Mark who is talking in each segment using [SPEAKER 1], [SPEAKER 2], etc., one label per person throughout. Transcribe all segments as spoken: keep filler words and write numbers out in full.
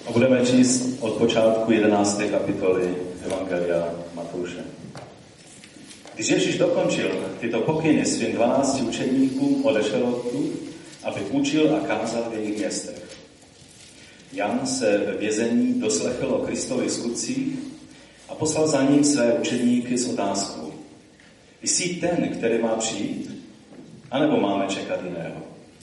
[SPEAKER 1] A budeme číst od počátku jedenácté kapitoly Evangelia Matouše. Když Ježíš dokončil tyto pokyny svým dvanácti učedníkům, odešel odtud, aby učil a kázal v jejich městech. Jan se ve vězení doslechl o Kristových skutcích a poslal za ním své učedníky s otázkou: Jsi ten, který má přijít, anebo máme čekat jiného?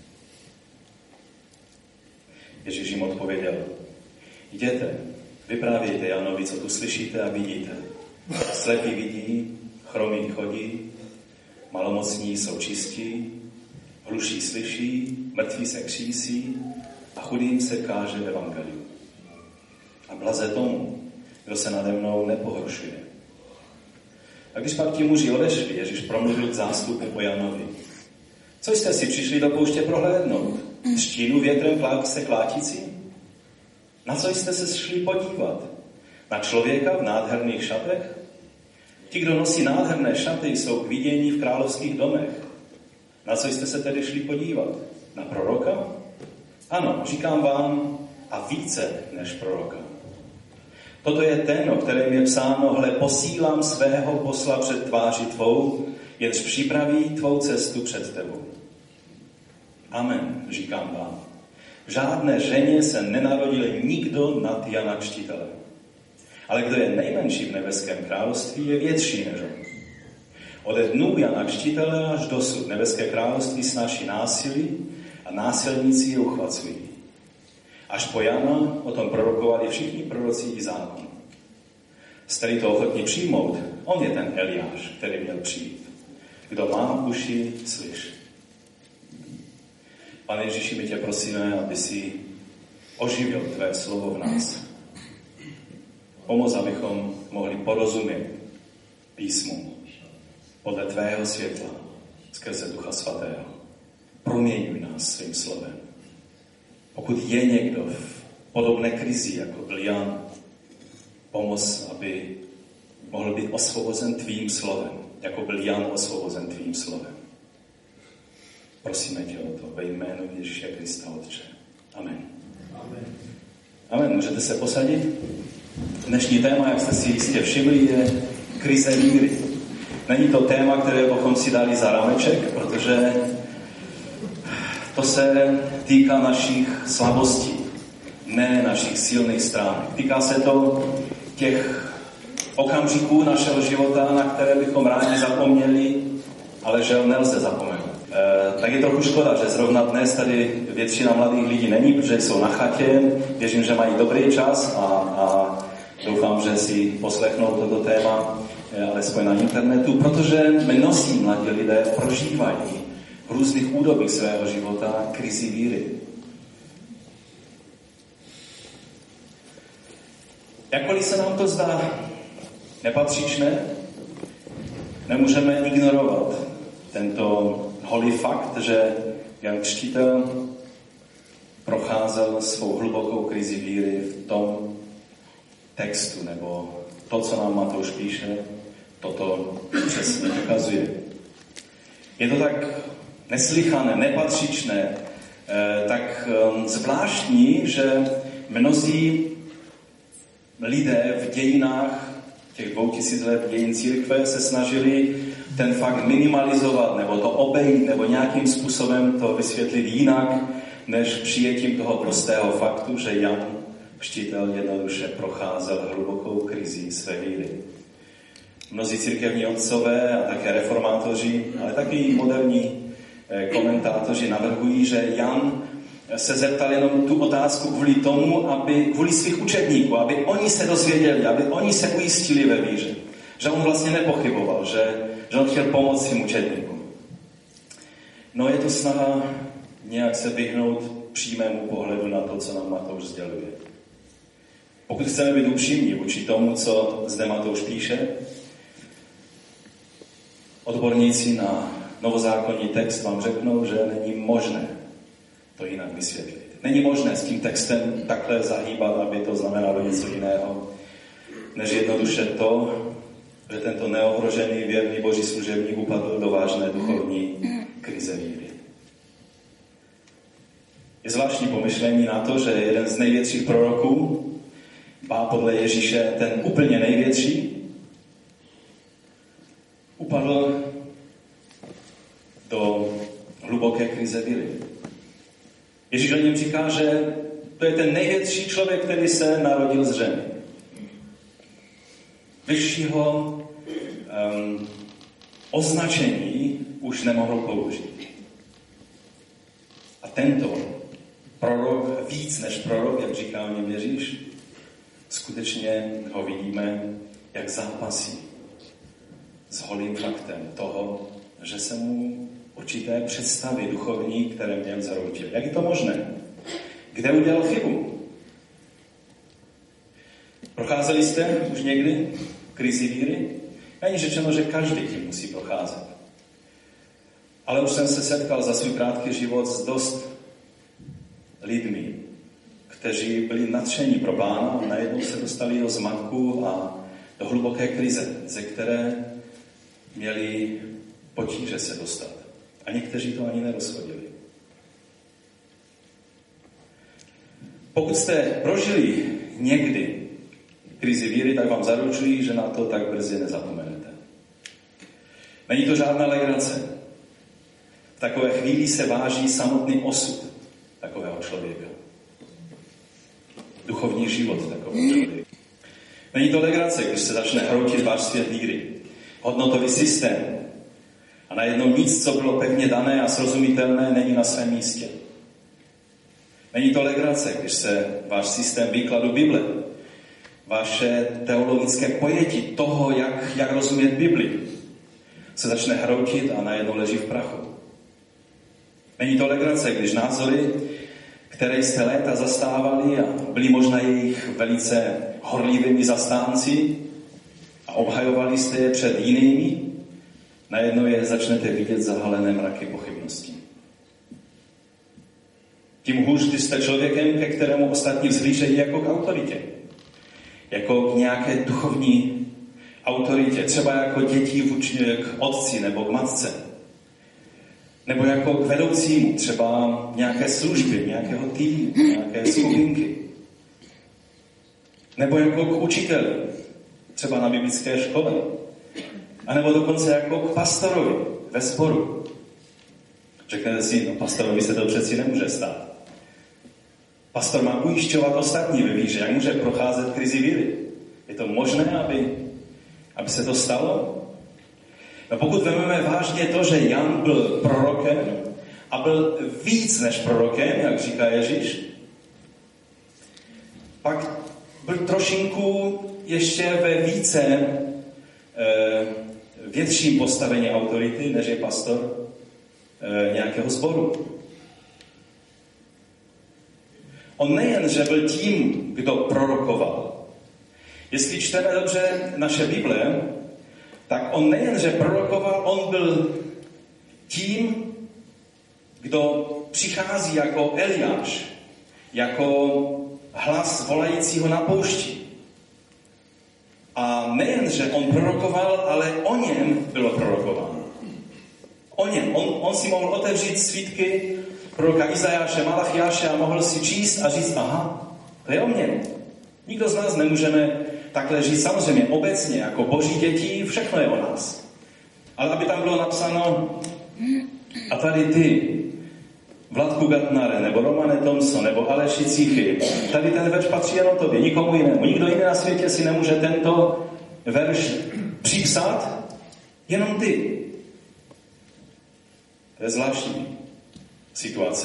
[SPEAKER 1] Ježíš jim odpověděl: Jděte, vyprávějte Janovi, co tu slyšíte a vidíte. Slepí vidí, chromí chodí, malomocní jsou čistí, hluší slyší, mrtví se křísí a chudým se káže evangelium. A blaze tomu, kdo se nade mnou nepohoršuje. A když pak ti muži odešli, Ježíš promluvil k zástupu o Janovi: Co jste si přišli do pouště prohlédnout? Štínu větrem se klátící? Na co jste se šli podívat? Na člověka v nádherných šatech? Ti, kdo nosí nádherné šaty, jsou k vidění v královských domech. Na co jste se tedy šli podívat? Na proroka? Ano, říkám vám, a více než proroka. Toto je ten, o kterém je psáno: Hle, posílám svého posla před tváří tvou, jenž připraví tvou cestu před tebou. Amen, říkám vám. V žádné ženě se nenarodil nikdo nad Jana Křtitele. Ale kdo je nejmenší v nebeském království, je větší než on. Ode dnů Jana Křtitele až dosud nebeské království snáší násilí a násilníci je uchvacují. Až po Jana o tom prorokovali všichni proroci i zákon. Jste-li to ochotní přijmout, on je ten Eliáš, který měl přijít. Kdo má uši, slyš. Pane Ježíši, my tě prosíme, aby si oživil tvé slovo v nás. Pomoz, abychom mohli porozumět písmu podle tvého světla skrze Ducha Svatého. Proměňuj nás svým slovem. Pokud je někdo v podobné krizi, jako byl Jan, pomoz, aby mohl být osvobozen tvým slovem, jako byl Jan osvobozen tvým slovem. Prosíme tě o to ve jménu Ježíše Krista, Otče. Amen. Amen. Amen. Můžete se posadit? Dnešní téma, jak jste si jistě všimli, je krize víry. Není to téma, které bychom si dali za rameček, protože to se týká našich slabostí, ne našich silných stránek. Týká se to těch okamžiků našeho života, na které bychom rádi zapomněli, ale žel nelze zapomenout. E, tak je trochu škoda, že zrovna dnes tady většina mladých lidí není, protože jsou na chatě. Věřím, že mají dobrý čas a, a doufám, že si poslechnou toto téma alespoň na internetu, protože mnozí mladí lidé prožívají v různých údobích svého života krizi víry. Jakkoliv se nám to zdá nepatřičné, nemůžeme ignorovat tento holý fakt, že Jan Křtitel procházel svou hlubokou krizi víry v tom textu, nebo to, co nám Matouš píše, toto přesně ukazuje. Je to tak neslychané, nepatřičné, tak zvláštní, že mnozí lidé v dějinách, těch dvou tisíc let dějin církve, se snažili ten fakt minimalizovat, nebo to obejít, nebo nějakým způsobem to vysvětlit jinak, než přijetím toho prostého faktu, že Jan Křtitel jednoduše procházel hlubokou krizi své víry. Mnozí církevní otcové a také reformátoři, ale taky moderní komentátoři navrhují, že Jan se zeptal jenom tu otázku kvůli tomu, aby, kvůli svých učedníků, aby oni se dozvěděli, aby oni se ujistili ve víře. Že on vlastně nepochyboval, že, že on chtěl pomoct svým učedníkům. No je to snaha nějak se vyhnout přímému pohledu na to, co nám Matouš sděluje. Pokud chceme být upřímní vůči tomu, co zde Matouš píše, odborníci na novozákonní text vám řeknou, že není možné to jinak vysvětlit. Není možné s tím textem takhle zahýbat, aby to znamenalo něco jiného, než jednoduše to, že tento neohrožený, věrný boží služebník upadl do vážné duchovní krize víry. Je zvláštní pomyšlení na to, že jeden z největších proroků, a podle Ježíše ten úplně největší, upadl do hluboké krize víry. Ježíš o něm říká, že to je ten největší člověk, který se narodil z ženy. Vyššího um, označení už nemohl použít. A tento prorok, víc než prorok, jak říká o něm Ježíš, skutečně ho vidíme, jak zápasí s holým faktem toho, že se mu určité představy duchovní, které měl, zaroutily. Jak je to možné? Kde udělal chybu? Procházeli jste už někdy krizi víry? Není řečeno, že každý tím musí procházet. Ale už jsem se setkal za svůj krátký život s dost lidmi, kteří byli nadšení pro Pána a najednou se dostali do zmatku a do hluboké krize, ze které měli potíže se dostat. A někteří to ani nerozhodili. Pokud jste prožili někdy krizi víry, tak vám zaručuji, že na to tak brzy nezapomenete. Není to žádná legrace. V takové chvíli se váží samotný osud takového člověka. Duchovní život takového člověka. Není to legrace, když se začne hroutit váš svět víry. Hodnotový systém. A najednou nic, co bylo pevně dané a srozumitelné, není na svém místě. Není to legrace, když se váš systém výkladu Bible, vaše teologické pojetí toho, jak, jak rozumět Bibli, se začne hroutit a najednou leží v prachu. Není to legrace, když názory, které jste léta zastávali a byli možná jejich velice horlivými zastánci a obhajovali jste je před jinými, najednou je začnete vidět zahalené mraky pochybností. Tím hůř, když jste člověkem, ke kterému ostatní vzhlížejí jako k autoritě. Jako k nějaké duchovní autoritě. Třeba jako děti vůči k otci nebo k matce. Nebo jako k vedoucímu. Třeba nějaké služby, nějakého týmu, nějaké skupinky. Nebo jako k učiteli. Třeba na biblické škole. A nebo dokonce jako k pastorovi ve sboru. Řeknete si, no pastorovi se to přeci nemůže stát. Pastor má ujišťovat ostatní ve víře, jak může procházet krizi víry. Je to možné, aby, aby se to stalo? No pokud vezmeme vážně to, že Jan byl prorokem a byl víc než prorokem, jak říká Ježíš, pak byl trošinku ještě ve více eh, větším postavení autority, než je pastor eh, nějakého sboru. On nejen, že byl tím, kdo prorokoval. Jestli čteme dobře naše Bible, tak on nejen, že prorokoval, on byl tím, kdo přichází jako Eliáš, jako hlas volajícího na poušti. A nejen, že on prorokoval, ale o něm bylo prorokováno. O něm. On, on si mohl otevřít svítky proroka Izajáše, Malachiáše a mohl si číst a říct, aha, to je o něm. Nikdo z nás nemůžeme takhle žít. Samozřejmě obecně, jako boží děti, všechno je o nás. Ale aby tam bylo napsáno, a tady ty, Vladku Gatnare, nebo Romane Thompson, nebo Aleši Cichy, tady ten verš patří jenom tobě, nikomu jinému. Nikdo jiný na světě si nemůže tento verš připsat, jenom ty. To je zvláštní situace.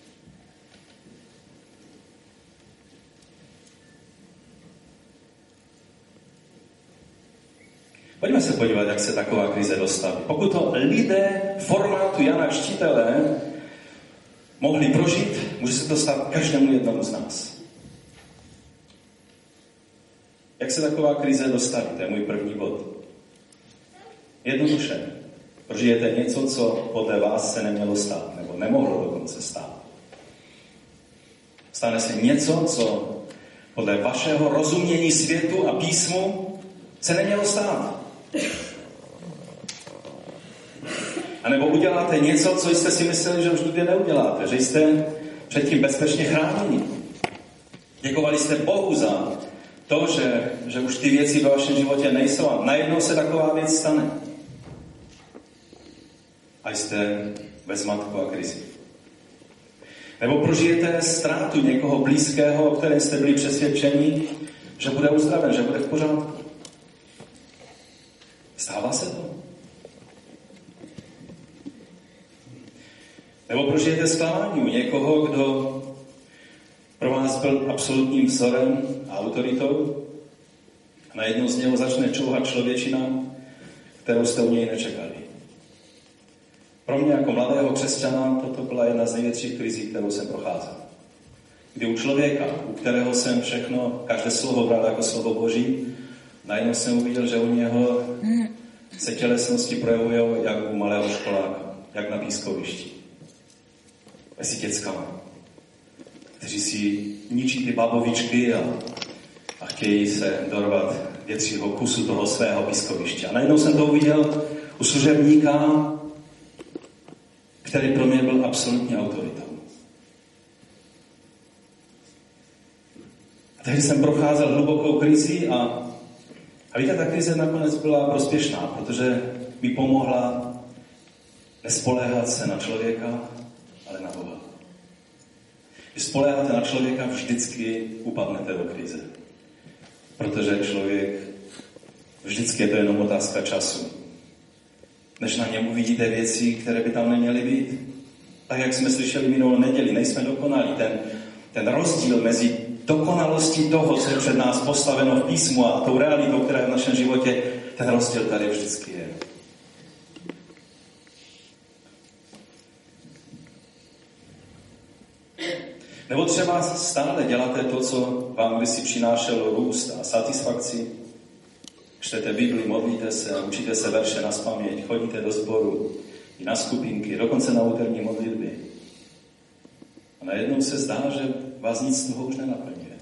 [SPEAKER 1] Pojďme se podívat, jak se taková krize dostaví. Pokud to lidé formátu Jana Křtitele mohli prožít, může se to stát každému jednomu z nás. Jak se taková krize dostaví? To je můj první bod. Jednoduše. Prožijete něco, co podle vás se nemělo stát, nebo nemohlo dokonce stát. Stane se něco, co podle vašeho rozumění světu a písmu se nemělo stát. A nebo uděláte něco, co jste si mysleli, že už nikdy neuděláte. Že jste předtím bezpečně chráněni. Děkovali jste Bohu za to, že, že už ty věci ve vašem životě nejsou a najednou se taková věc stane. A jste ve zmatku a krizi. Nebo prožijete ztrátu někoho blízkého, o kterém jste byli přesvědčeni, že bude uzdraven, že bude v pořádku. Stává se to? Nebo prožijete zklamání u někoho, kdo pro vás byl absolutním vzorem a autoritou a najednou z něho začne čouhat člověčina, kterou jste u něj nečekali. Pro mě jako mladého křesťana toto byla jedna z největších krizí, kterou jsem procházel. Kdy u člověka, u kterého jsem všechno, každé slovo bral jako slovo Boží, najednou jsem uviděl, že u něho se tělesnosti projevují jak u malého školáka, jak na pískovišti. Mezi dětskama, kteří si ničí ty babovičky a, a chtějí se dorvat většího kusu toho svého pískoviště. A najednou jsem to uviděl u služebníka, který pro mě byl absolutní autoritou. A tehdy jsem procházel hlubokou krizi a, a víte, ta krize nakonec byla prospěšná, protože mi pomohla nespoléhat se na člověka, ale na Boha. Když spoléháte na člověka, vždycky upadnete do krize. Protože člověk, vždycky je to jenom otázka času. Než na něm uvidíte věci, které by tam neměly být. Tak, jak jsme slyšeli minulou neděli, nejsme dokonalí. Ten, ten rozdíl mezi dokonalostí toho, co je před nás postaveno v písmu a tou realitou, která je v našem životě, ten rozdíl tady vždycky je. Nebo třeba stále děláte to, co vám kdysi přinášelo růst a satisfakci. Čtete Bibli, modlíte se, učíte se verše nazpaměť, chodíte do sboru, i na skupinky, dokonce na úterní modlitby. A najednou se zdá, že vás nic z toho už nenaplňuje.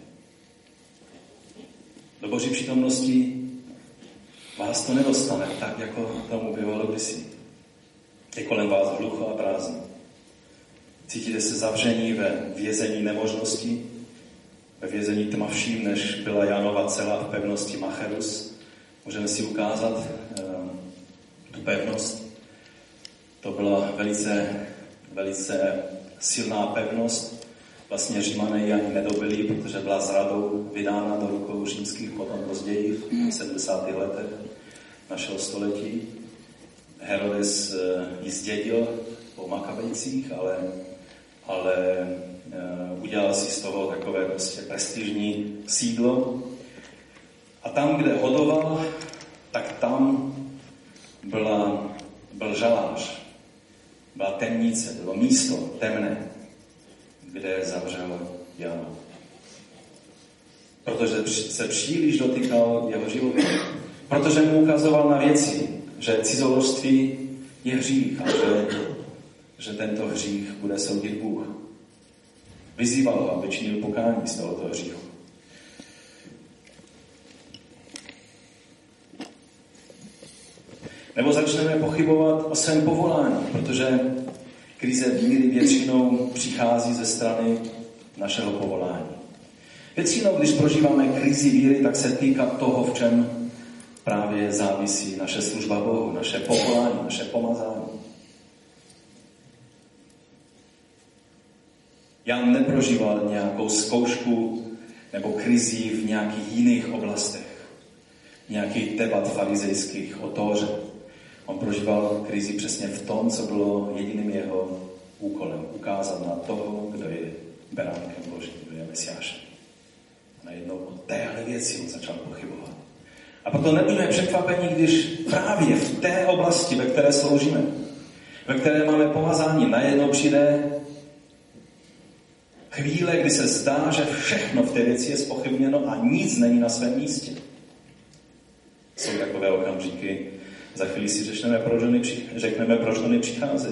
[SPEAKER 1] Do Boží přítomnosti vás to nedostane tak, jako tomu bývalo kdysi. Je kolem vás hlucho a prázdno. Cítíte se zavření ve vězení nemožnosti, ve vězení tmavším, než byla Janova celá v pevnosti Macherus. Můžeme si ukázat um, tu pevnost. To byla velice, velice silná pevnost. Vlastně Římané ji ani nedobili, protože byla zradou vydána do rukou římských potom později v sedmdesátých letech našeho století. Herodes uh, ji zdědil po Makabejcích, ale ale uh, udělal si z toho takové prostě prestižní sídlo. A tam, kde hodoval, tak tam byla, byl žalář. Byla temnice, bylo místo temné, kde zavřel Jana. Protože se příliš dotýkal jeho života. Protože mu ukazoval na věci, že cizoložství je hřích a že že tento hřích bude soudit Bůh. Vyzýval ho, aby činil pokání z tohoto hříchu. Nebo začneme pochybovat o svém povolání, protože krize víry většinou přichází ze strany našeho povolání. Většinou, když prožíváme krizi víry, tak se týká toho, v čem právě závisí naše služba Bohu, naše povolání, naše pomazání. Jan neprožíval nějakou zkoušku nebo krizi v nějakých jiných oblastech, nějakých debat farizejských o Tóře. On prožíval krizi přesně v tom, co bylo jediným jeho úkolem. Ukázat na toho, kdo je beránkem Božím, kdo je Mesiášem. A najednou o téhle věci on začal pochybovat. A proto nebuďme překvapení, když právě v té oblasti, ve které sloužíme, ve které máme pomazání, najednou přijde chvíle, kdy se zdá, že všechno v té věci je zpochybněno a nic není na svém místě. Jsou takové okamžiky, za chvíli si řekneme, proč oni, řekneme, proč oni přicházejí.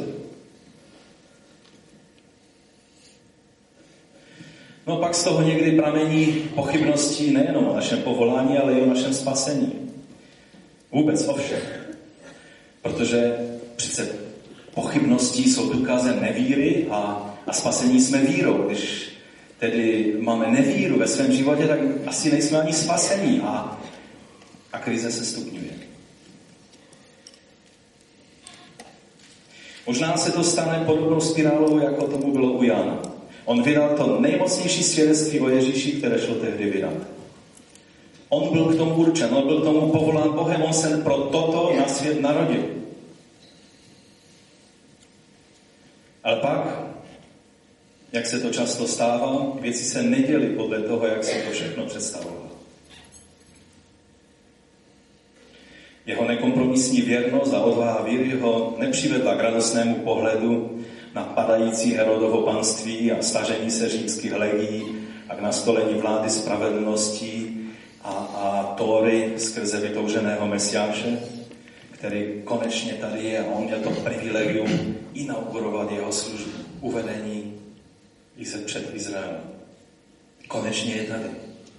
[SPEAKER 1] No pak z toho někdy pramení pochybnosti nejenom o našem povolání, ale i o našem spasení. Vůbec o všech. Protože přece pochybnosti jsou důkazem nevíry a A spasení jsme vírou. Když tedy máme nevíru ve svém životě, tak asi nejsme ani spasení a, a krize se stupňuje. Možná se to stane podobnou spirálou, jako tomu bylo u Jana. On vydal to nejmocnější svědectví o Ježíši, které šlo tehdy vydat. On byl k tomu určen, on byl k tomu povolán Bohem, on se pro toto na svět narodil. Ale pak, jak se to často stává, věci se neděly podle toho, jak se to všechno představovalo. Jeho nekompromisní věrnost a odvaha víry ho nepřivedla k radostnému pohledu na padající Herodovo panství a stažení se římských legií a k nastolení vlády spravedlnosti a, a Tóry skrze vytouženého Mesiáše, který konečně tady je a on měl to privilegium inaugurovat jeho službu, uvedení před Izraelem. Konečně je tady.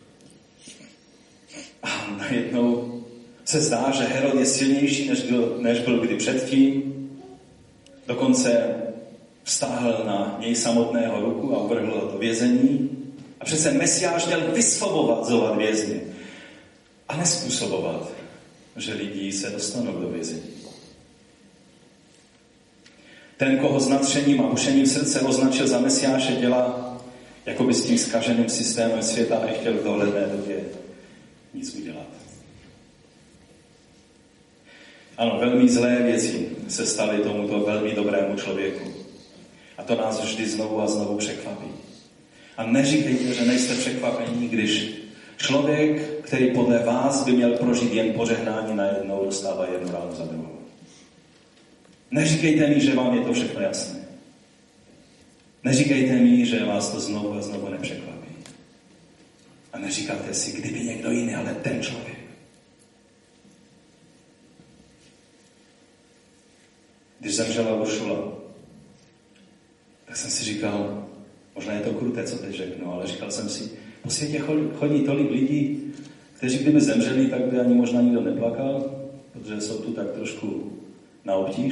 [SPEAKER 1] A najednou se zdá, že Herod je silnější, než byl, než byl kdy předtím. Dokonce vztáhl na něj samotného ruku a uvrhl ho do vězení. A přece Mesiáš měl vysvobozovat vězně a nespůsobovat, že lidi se dostanou do vězení. Ten, koho s nadšením a bušením srdce označil za Mesiáše, dělá, jako by s tím zkaženým systémem světa nechtěl v dohledné době nic udělat. Ano, velmi zlé věci se staly tomuto velmi dobrému člověku. A to nás vždy znovu a znovu překvapí. A neříkejte, že nejste překvapení, když člověk, který podle vás by měl prožít jen požehnání, najednou dostává jednu ránu za druhou. Neříkejte mi, že vám je to všechno jasné. Neříkejte mi, že vás to znovu a znovu nepřekvapí. A neříkáte si, kdyby někdo jiný, ale ten člověk. Když zemřela Uršula, tak jsem si říkal, možná je to kruté, co teď řeknu, ale říkal jsem si, po světě chodí tolik lidí, kteří kdyby zemřeli, tak by ani možná nikdo neplakal, protože jsou tu tak trošku na obtíž.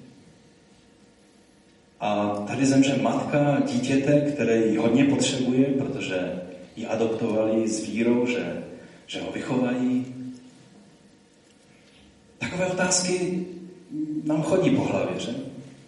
[SPEAKER 1] A tady zemře matka dítěte, které ji hodně potřebuje, protože ji adoptovali s vírou, že, že ho vychovají. Takové otázky nám chodí po hlavě, že?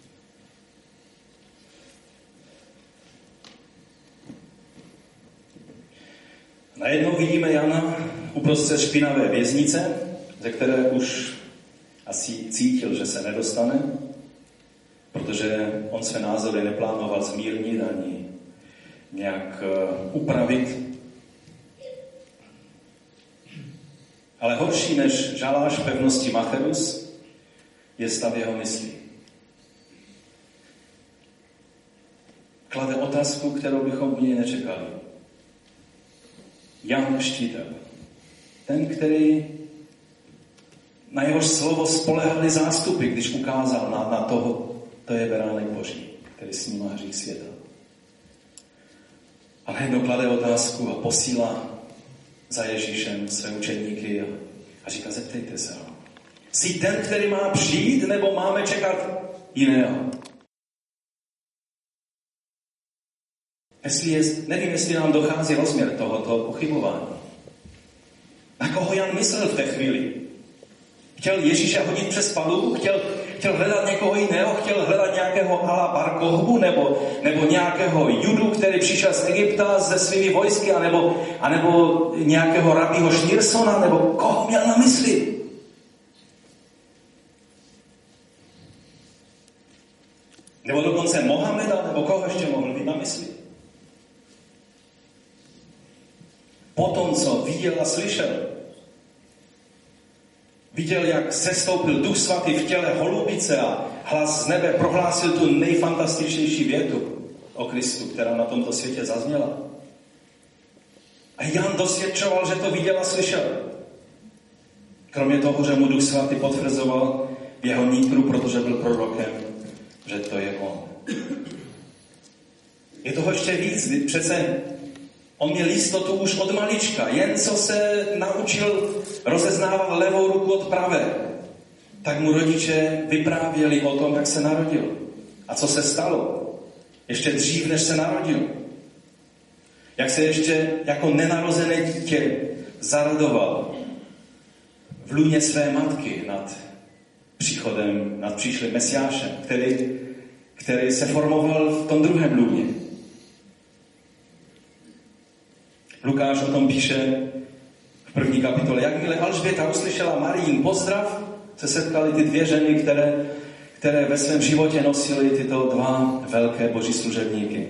[SPEAKER 1] Najednou vidíme Jana uprostřed špinavé věznice, ze které už asi cítil, že se nedostane, protože on své názory neplánoval zmírnit ani nějak upravit. Ale horší než žalář pevnosti Macherus je stav jeho myslí. Klade otázku, kterou bychom u něj nečekali. Jan Štítel. Ten, který na jehož slovo spolehali zástupy, když ukázal na, na toho, to je beránek Boží, který snímá hřích světa. A najednou klade otázku a posílá za Ježíšem své učedníky a, a říká, zeptejte se ho. Jsi ten, který má přijít, nebo máme čekat jiného? Jestli je, nevím, jestli nám dochází rozměr tohoto pochybování. Na koho Jan myslel v té chvíli? Chtěl Ježíše hodit přes palubu? Chtěl, chtěl hledat někoho jiného? Chtěl hledat nějakého Ala Bar Kochbu? Nebo, nebo nějakého Judu, který přišel z Egypta se svými vojsky? Anebo, anebo nějakého rabího Šnírsona? Nebo koho měl na mysli? Nebo dokonce Mohameda? Nebo koho ještě mohl mít na mysli? Potom, co viděl a slyšel, viděl, jak sestoupil Duch Svatý v těle holubice a hlas z nebe prohlásil tu nejfantastičnější větu o Kristu, která na tomto světě zazněla. A Jan dosvědčoval, že to viděl a slyšel. Kromě toho, že mu Duch Svatý potvrzoval v jeho nitru, protože byl prorokem, že to je on. Je toho ještě víc, přece on měl jistotu už od malička, jen co se naučil rozeznávat levou ruku od pravé, tak mu rodiče vyprávěli o tom, jak se narodil a co se stalo. Ještě dřív, než se narodil. Jak se ještě jako nenarozené dítě zaradoval v lůně své matky nad příchodem, nad příšlým Mesiášem, který, který se formoval v tom druhém lůně. Lukáš o tom píše v první kapitole. Jakmile Alžběta uslyšela Marijin pozdrav, se setkaly ty dvě ženy, které, které ve svém životě nosily tyto dva velké boží služebníky.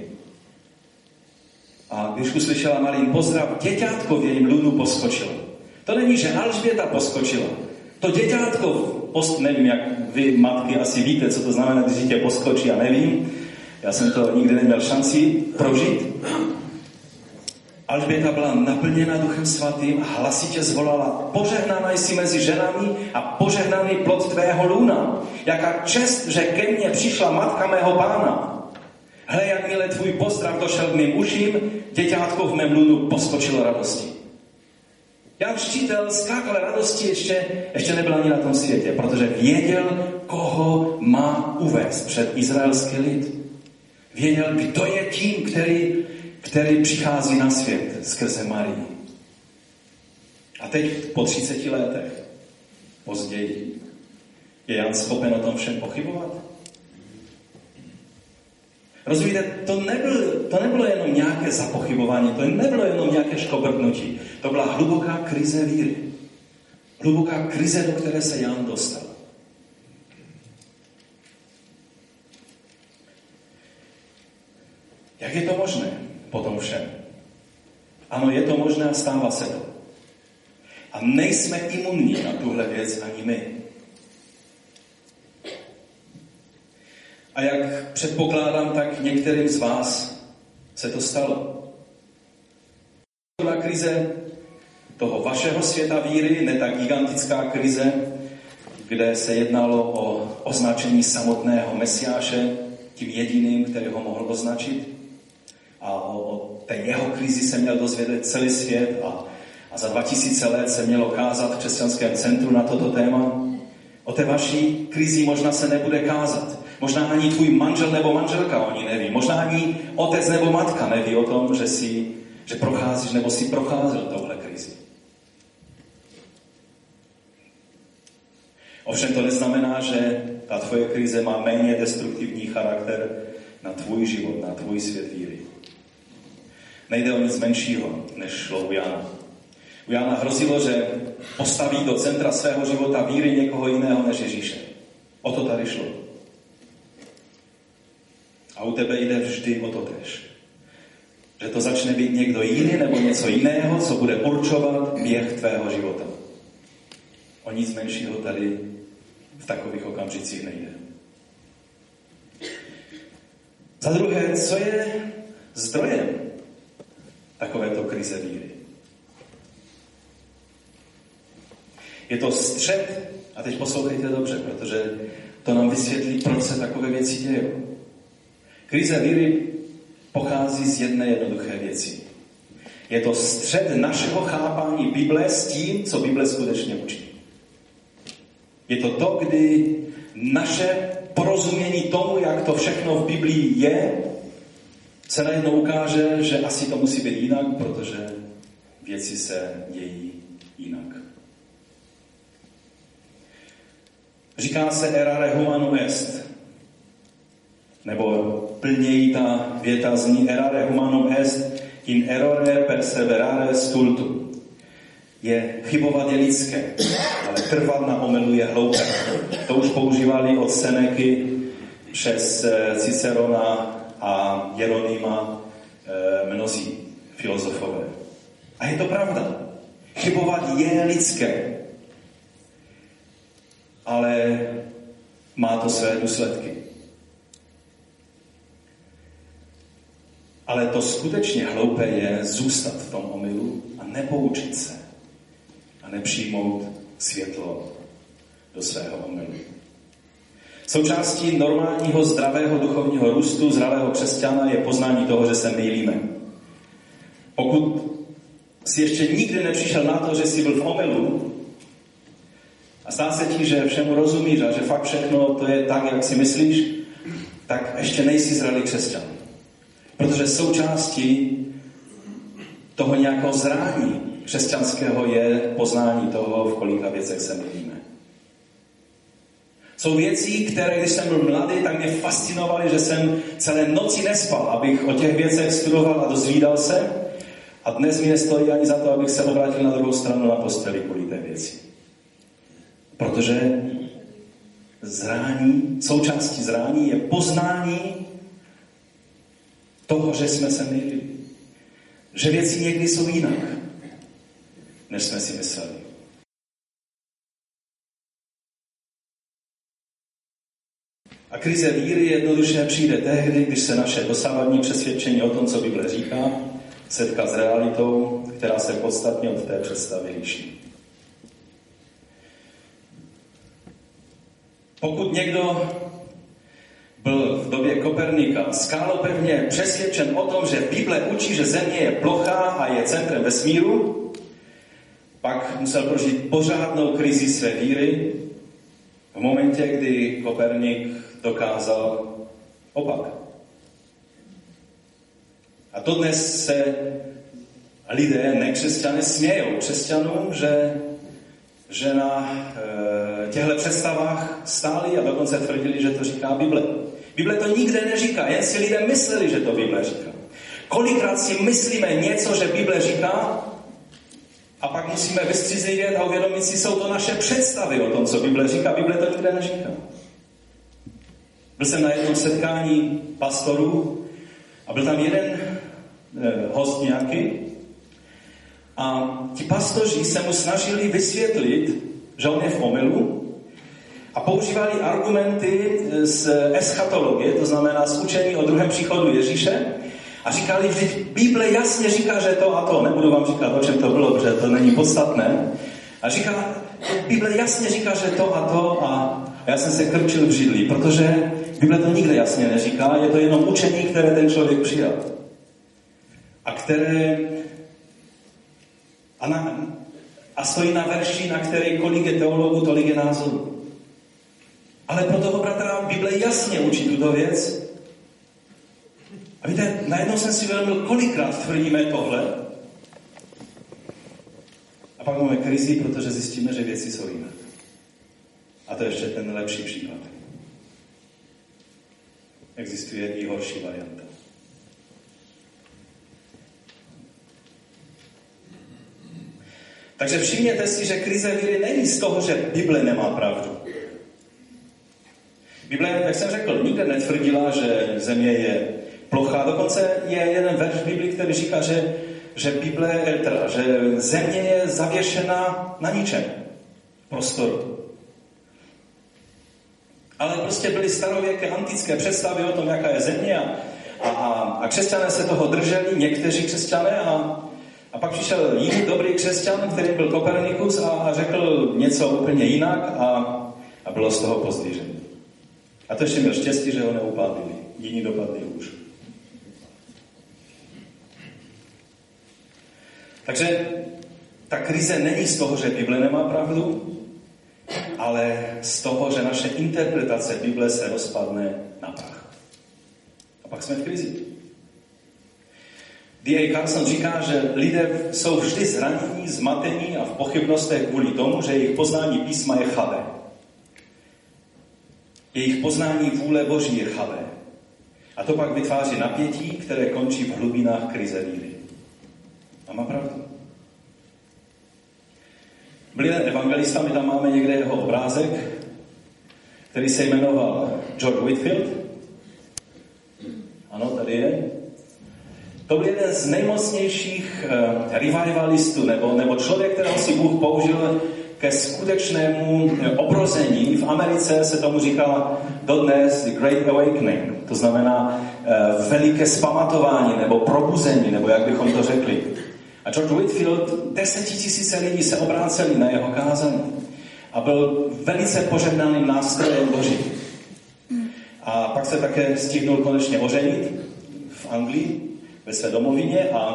[SPEAKER 1] A když uslyšela Marijin pozdrav, děťátko v jejím lůnu poskočilo. To není, že Alžběta poskočila. To děťátko, posk... nevím, jak vy matky asi víte, co to znamená, když dítě poskočí, já nevím. Já jsem to nikdy neměl šanci prožít. Alžběta byla naplněna Duchem Svatým a hlasitě zvolala: požehnaná jsi mezi ženami a požehnaný plod tvého lůna. Jaká čest, že ke mně přišla matka mého Pána. Hle, jakmile tvůj pozdrav došel k mým uším, děťátko v mém lůnu poskočilo radosti. Jan Křtitel skákal radosti, ještě, ještě nebyl ani na tom světě, protože věděl, koho má uvést před izraelský lid. Věděl, kdo je tím, který, který přichází na svět skrze Marii. A teď po třiceti letech později je Jan schopen o tom všem pochybovat? Rozumíte, to nebylo, to nebylo jenom nějaké zapochybování, to nebylo jenom nějaké škobrtnutí. To byla hluboká krize víry. Hluboká krize, do které se Jan dostal. Jak je to možné po tom všem? Ano, je to možné a stává se to. A nejsme imunní na tuhle věc ani my. A jak předpokládám, tak některým z vás se to stalo. To byla krize toho vašeho světa víry, ne tak gigantická krize, kde se jednalo o označení samotného Mesiáše, tím jediným, který ho mohl označit. A o, o té jeho krizi se měl dozvědět celý svět a, a za dva tisíce let se mělo kázat v křesťanském centru na toto téma. O té vaší krizi možná se nebude kázat. Možná ani tvůj manžel nebo manželka oni neví. Možná ani otec nebo matka neví o tom, že, si, že procházíš nebo si procházel touhle krizi. Ovšem to neznamená, že ta tvoje krize má méně destruktivní charakter na tvůj život, na tvůj svět víry. Nejde o nic menšího, než šlo u Jana. U Jana hrozilo, že postaví do centra svého života víry někoho jiného než Ježíše. O to tady šlo. A u tebe jde vždy o to též. Že to začne být někdo jiný nebo něco jiného, co bude určovat běh tvého života. O nic menšího tady v takových okamžicích nejde. Za druhé, co je zdrojem takovéto krize víry? Je to střet, a teď poslouchejte dobře, protože to nám vysvětlí, proč se takové věci dějí. Krize víry pochází z jedné jednoduché věci. Je to střet našeho chápání Bible s tím, co Bible skutečně učí. Je to to, kdy naše porozumění tomu, jak to všechno v Biblii je, se najednou ukáže, že asi to musí být jinak, protože věci se dějí jinak. Říká se errare humanum est. Nebo plněji ta věta zní errare humanum est in errore perseverare stultum. Je chybovat je lidské, ale trvat na omylu je hloupé. To už používali od Seneky přes Cicerona a Jeronýma mnozí filozofové. A je to pravda. Chybovat je lidské, ale má to své důsledky. Ale to skutečně hloupé je zůstat v tom omylu a nepoučit se a nepřijmout světlo do svého omylu. Součástí normálního zdravého duchovního růstu zralého křesťana je poznání toho, že se mýlíme. Pokud jsi ještě nikdy nepřišel na to, že jsi byl v omylu a zdá se ti, že všemu rozumíš a že fakt všechno to je tak, jak si myslíš, tak ještě nejsi zralý křesťan. Protože součástí toho nějakého zrání křesťanského je poznání toho, v kolika věcech se mluvíme. Jsou věci, které, když jsem byl mladý, tak mě fascinovaly, že jsem celé noci nespal, abych o těch věcech studoval a dozvídal se. A dnes mi nestojí ani za to, abych se obrátil na druhou stranu na posteli kvůli té věci. Protože zrání, součástí zrání je poznání toho, že jsme se mýlili. Že věci někdy jsou jinak, než jsme si mysleli. A krize víry jednoduše přijde tehdy, když se naše dosavadní přesvědčení o tom, co Bible říká, setká s realitou, která se podstatně od té představy liší. Pokud někdo byl v době Kopernika skálopevně přesvědčen o tom, že Bible učí, že Země je plochá a je centrem vesmíru, pak musel prožít pořádnou krizi své víry v momentě, kdy Kopernik dokázal opak. A dodnes se lidé, nekřesťané, smějou křesťanům, že, že na e, těchto představách stáli a dokonce tvrdili, že to říká Bible. Bible to nikde neříká, jen si lidé mysleli, že to Bible říká. Kolikrát si myslíme něco, že Bible říká, a pak musíme vystřízlivět a uvědomit si, jsou to naše představy o tom, co Bible říká. Bible to nikde neříká. Byl jsem na jednom setkání pastorů a byl tam jeden eh, host nějaký a ti pastoři se mu snažili vysvětlit, že on je v omylu a používali argumenty z eschatologie, to znamená z učení o druhém příchodu Ježíše, a říkali, že Bible jasně říká, že to a to. Nebudu vám říkat, o čem to bylo, protože to není podstatné. A říká, Bible jasně říká, že to a to a já jsem se krčil v židli, protože Bible to nikde jasně neříká, je to jenom učení, které ten člověk přijal. A které a, na, a stojí na verši, na které kolik je teologů, tolik je názorů. Ale pro toho bratra Bible jasně učí tuto věc. A víte, najednou jsem si uvědomil, kolikrát tvrdíme tohle a pak máme krizi, protože zjistíme, že věci jsou jinak. A to je ještě ten lepší příklad. Existuje i horší varianta. Takže všimněte si, že krize víry není z toho, že Bible nemá pravdu. Bible, jak jsem řekl, nikde netvrdila, že Země je plochá. Dokonce je jeden verš v Bibli, který říká, že, že Bible, teda, že Země je zavěšena na ničem prostoru. Ale prostě byly starověké antické představy o tom, jaká je Země a, a, a křesťané se toho drželi, někteří křesťané a, a pak přišel jiný dobrý křesťan, který byl Kopernikus a, a řekl něco úplně jinak a, a bylo z toho pozdvižení. A to ještě měl štěstí, že ho neupadli. Jiní dopadli už. Takže ta krize není z toho, že Bible nemá pravdu, ale z toho, že naše interpretace Bible se rozpadne na prach. A pak jsme v krizi. D A Carson říká, že lidé jsou vždy zranění, zmatení a v pochybnostech kvůli tomu, že jejich poznání písma je chabé. Jejich poznání vůle Boží je chabé. A to pak vytváří napětí, které končí v hlubinách krize víry. A má pravdu. Byl jeden evangelista, my tam máme někde jeho obrázek, který se jmenoval George Whitefield. Ano, tady je. To byl jeden z nejmocnějších uh, revivalistů, nebo, nebo člověk, kterého si Bůh použil ke skutečnému obrození. V Americe se tomu říká dodnes The Great Awakening. To znamená uh, veliké zpamatování, nebo probuzení, nebo jak bychom to řekli. A George Whitefield, desetitisíce lidí se obráceli na jeho kázání. A byl velice požehnaným nástrojem Boží. A pak se také stihnul konečně oženit v Anglii, ve své domovině a,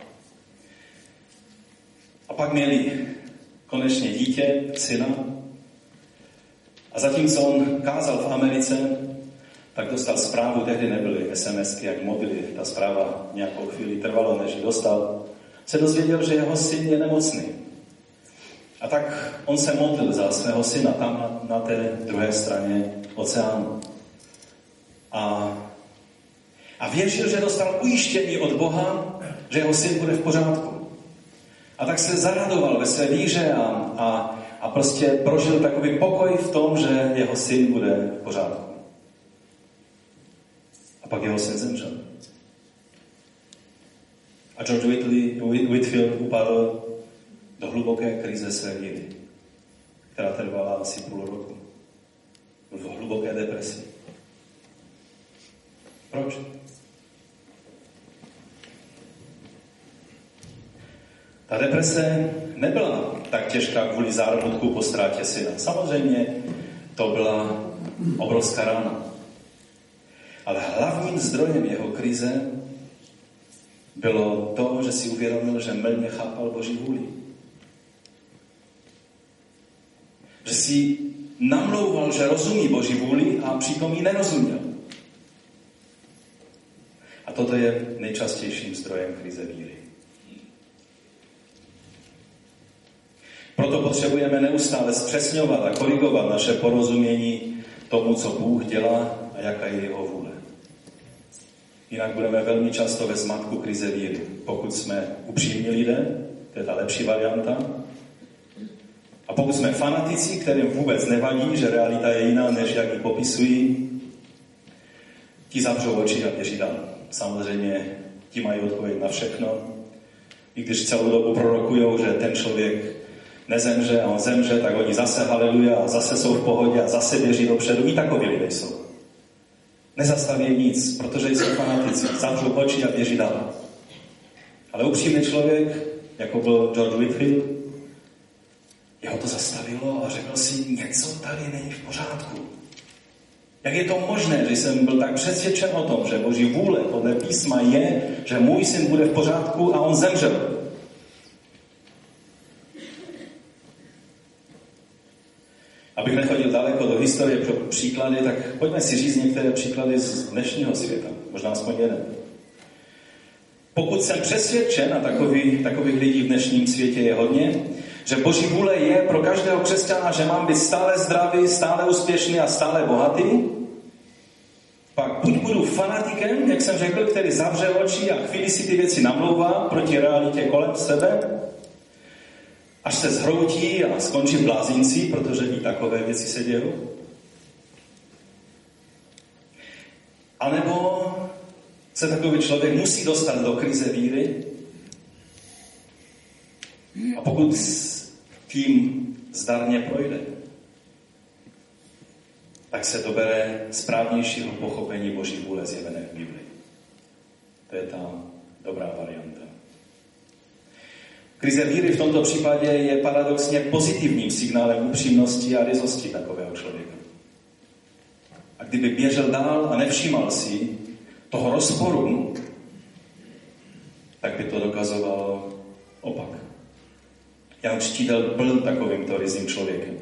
[SPEAKER 1] a pak měli konečně dítě, syna. A zatímco on kázal v Americe, tak dostal zprávu, tehdy nebyly SMSky jak mobily, ta zpráva nějakou chvíli trvalo, než ji dostal, se dozvěděl, že jeho syn je nemocný. A tak on se modlil za svého syna tam na, na té druhé straně oceánu. A, a věřil, že dostal ujištění od Boha, že jeho syn bude v pořádku. A tak se zaradoval ve své víře a, a, a prostě prožil takový pokoj v tom, že jeho syn bude v pořádku. A pak jeho syn zemřel. A George Whitefield upadl do hluboké krize své víry, která trvala asi půl roku. Byl v hluboké depresi. Proč? Ta deprese nebyla tak těžká kvůli zármutku po ztrátě syna. Samozřejmě to byla obrovská rána. Ale hlavním zdrojem jeho krize bylo to, že si uvědomil, že mylně chápal Boží vůli. Že si namlouval, že rozumí Boží vůli a přitom ji nerozuměl. A toto je nejčastějším zdrojem krize víry. Proto potřebujeme neustále zpřesňovat a korigovat naše porozumění tomu, co Bůh dělá a jaká je jeho vůle. Jinak budeme velmi často ve zmatku krize víry. Pokud jsme upřímní lidé, to je ta lepší varianta. A pokud jsme fanatici, kterým vůbec nevadí, že realita je jiná, než jak ji popisují, ti zavřou oči a běží dál. Samozřejmě ti mají odpověď na všechno. I když celou dobu prorokujou, že ten člověk nezemře a on zemře, tak oni zase haleluja a zase jsou v pohodě a zase běží dopředu. I takoví lidé jsou. Nezastaví nic, protože jsou fanatici. Zavřou oči a běží dál. Ale upřímný člověk, jako byl George Whitefield, jeho to zastavilo a řekl si, něco tady není v pořádku. Jak je to možné, že jsem byl tak přesvědčen o tom, že Boží vůle podle písma je, že můj syn bude v pořádku a on zemřel. Abych nechodil daleko do historie pro příklady, tak pojďme si říct některé příklady z dnešního světa. Možná aspoň jeden. Pokud jsem přesvědčen, a takový, takových lidí v dnešním světě je hodně, že Boží vůle je pro každého křesťana, že mám být stále zdravý, stále úspěšný a stále bohatý, pak buď budu fanatikem, jak jsem řekl, který zavře oči a chvíli si ty věci namlouvá proti realitě kolem sebe, až se zhroutí a skončí v blázinci, protože i takové věci se dějí. A nebo se takový člověk musí dostat do krize víry a pokud tím zdarně projde, tak se dobere správnějšího pochopení Boží vůle zjevené v Biblii. To je ta dobrá varianta. Krize víry v tomto případě je paradoxně pozitivním signálem upřímnosti a ryzosti takového člověka. A kdyby běžel dál a nevšímal si toho rozporu, tak by to dokazovalo opak. Jan Křtitel byl takovýmto ryzím člověkem.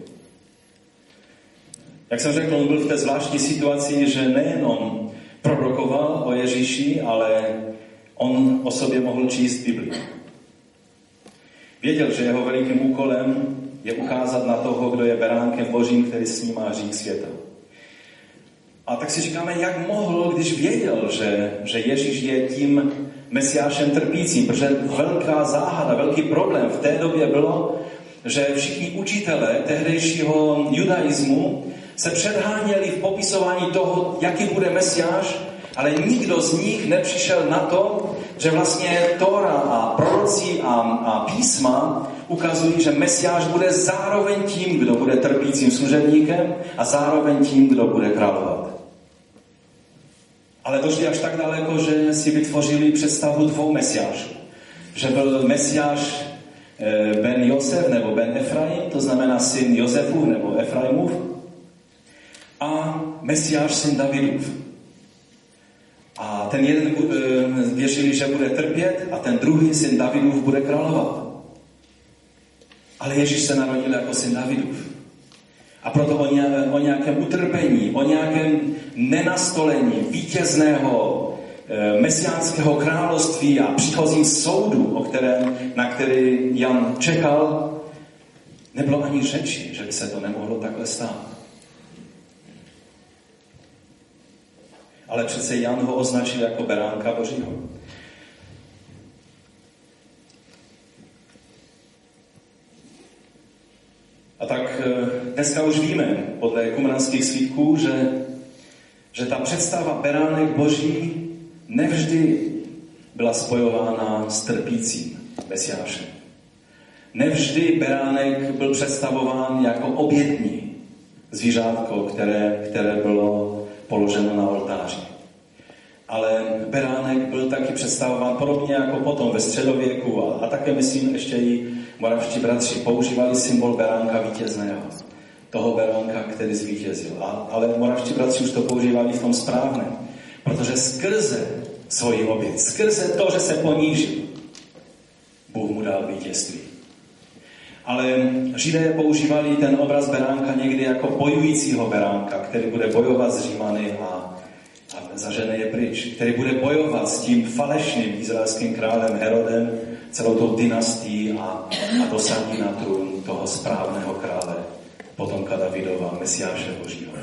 [SPEAKER 1] Jak jsem řekl, on byl v té zvláštní situaci, že nejenom prorokoval o Ježíši, ale on o sobě mohl číst Bibli. Věděl, že jeho velikým úkolem je ukázat na toho, kdo je beránkem Božím, který snímá hřích světa. A tak si říkáme, jak mohl, když věděl, že, že Ježíš je tím Mesiášem trpícím, protože velká záhada, velký problém v té době bylo, že všichni učitelé tehdejšího judaismu se předháněli v popisování toho, jaký bude Mesiáš, ale nikdo z nich nepřišel na to, že vlastně Tóra a proroci a, a písma ukazují, že Mesiáš bude zároveň tím, kdo bude trpícím služebníkem a zároveň tím, kdo bude královat. Ale došli až tak daleko, že si vytvořili představu dvou Mesiášů. Že byl Mesiáš Ben Josef nebo Ben Efraim, to znamená syn Josefův nebo Efraimův, a Mesiáš syn Davidův. A ten jeden věřili, že bude trpět a ten druhý syn Davidův bude královat. Ale Ježíš se narodil jako syn Davidův. A proto o, ně, o nějakém utrpení, o nějakém nenastolení vítězného e, mesiánského království a příchozím soudu, o kterém, na který Jan čekal, nebylo ani řeči, že by se to nemohlo takhle stát. Ale přece Jan ho označil jako beránka Božího. A tak dneska už víme, podle kumenánských svídků, že, že ta představa beránek Boží nevždy byla spojována s trpícím Mesiášem. Nevždy beránek byl představován jako obětní zvířátko, které, které bylo položeno na oltáři. Ale beránek byl taky představován podobně jako potom ve středověku a, a také myslím ještě i moravští bratři používali symbol beránka vítězného. Toho beránka, který zvítězil. A, ale moravští bratři už to používali v tom správném. Protože skrze svoji oběť, skrze to, že se ponížil, Bůh mu dal vítězství. Ale Židé používali ten obraz beránka někdy jako bojujícího beránka, který bude bojovat s Římany a, a zažene je pryč. Který bude bojovat s tím falešným izraelským králem Herodem, celou tou dynastií a, a dosadí na trůn toho správného krále, potomka Davidova, Mesiáše Božího.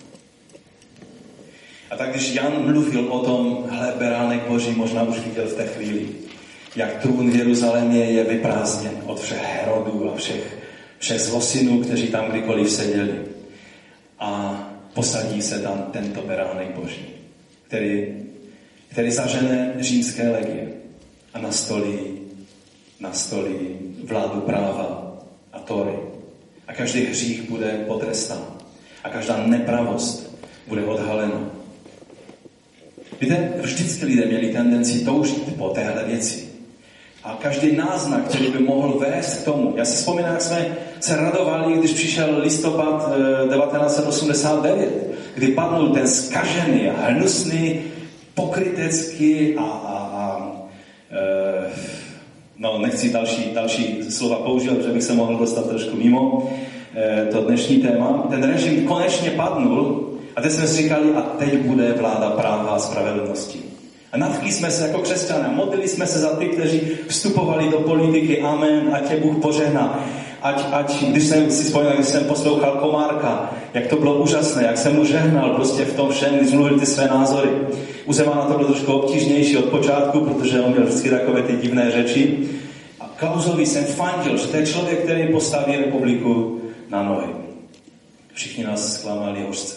[SPEAKER 1] A tak když Jan mluvil o tom, hele, beránek Boží, možná už viděl v té chvíli, jak trůn v Jeruzalémě je vyprázdněn od všech Herodů a všech, všech zlosinů, kteří tam kdykoliv seděli. A posadí se tam tento beránek Boží, který, který zažene římské legie a nastolí, nastolí vládu práva a Tory. A každý hřích bude potrestán. A každá nepravost bude odhalena. Víte, vždycky lidé měli tendenci toužit po téhle věci. A každý náznak, který by mohl vést k tomu. Já si vzpomínám, jak jsme se radovali, když přišel listopad devatenáct set osmdesát devět, kdy padnul ten zkažený a hnusný, pokrytecký a, a, a e, no, nechci další, další slova použít, protože bych se mohl dostat trošku mimo e, to dnešní téma. Ten režim konečně padnul a teď jsme si říkali, a teď bude vláda práva a spravedlnosti. A nadchli jsme se jako křesťané, modlili jsme se za ty, kteří vstupovali do politiky. Amen, ať tě Bůh požehná. Ať, ať, když jsem si vzpomínal, když jsem poslouchal Komárka, jak to bylo úžasné, jak jsem mu žehnal prostě v tom všem, když mluvil ty své názory. U Zemana to bylo trošku obtížnější od počátku, protože on měl vždycky takové ty divné řeči. A Klausovi jsem fandil, že to je člověk, který postaví republiku na nohy. Všichni nás zklamali hořce.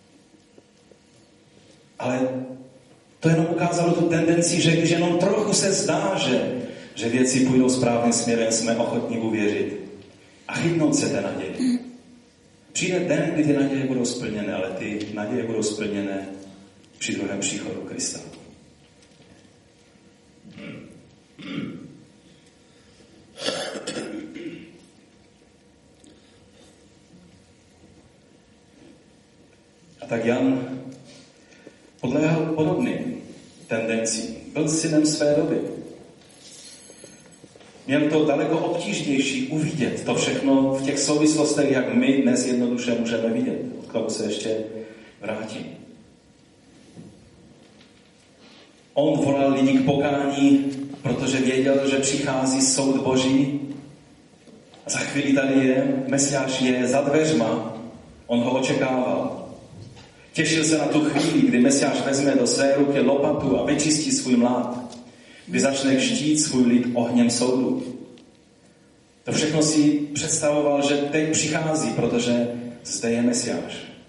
[SPEAKER 1] Ale to jenom ukázalo tu tendenci, že když jenom trochu se zdá, že, že věci půjdou správným směrem, jsme ochotní uvěřit a chytnout se té naděje. Přijde den, kdy ty naděje budou splněné, ale ty naděje budou splněné při druhém příchodu Krista. A tak Jan podléhal podobným tendencím. Byl synem své doby. Měl to daleko obtížnější uvidět to všechno v těch souvislostech, jak my dnes jednoduše můžeme vidět. K tomu se ještě vrátím. On volal lidi k pokání, protože věděl, že přichází soud Boží. A za chvíli tady je, Mesiáš je za dveřma. On ho očekával. Těšil se na tu chvíli, kdy Mesiáš vezme do své ruky lopatu a vyčistí svůj mlád. Kdy začne kštít svůj lid ohněm soudu. To všechno si představoval, že teď přichází, protože zde je Mesiáš.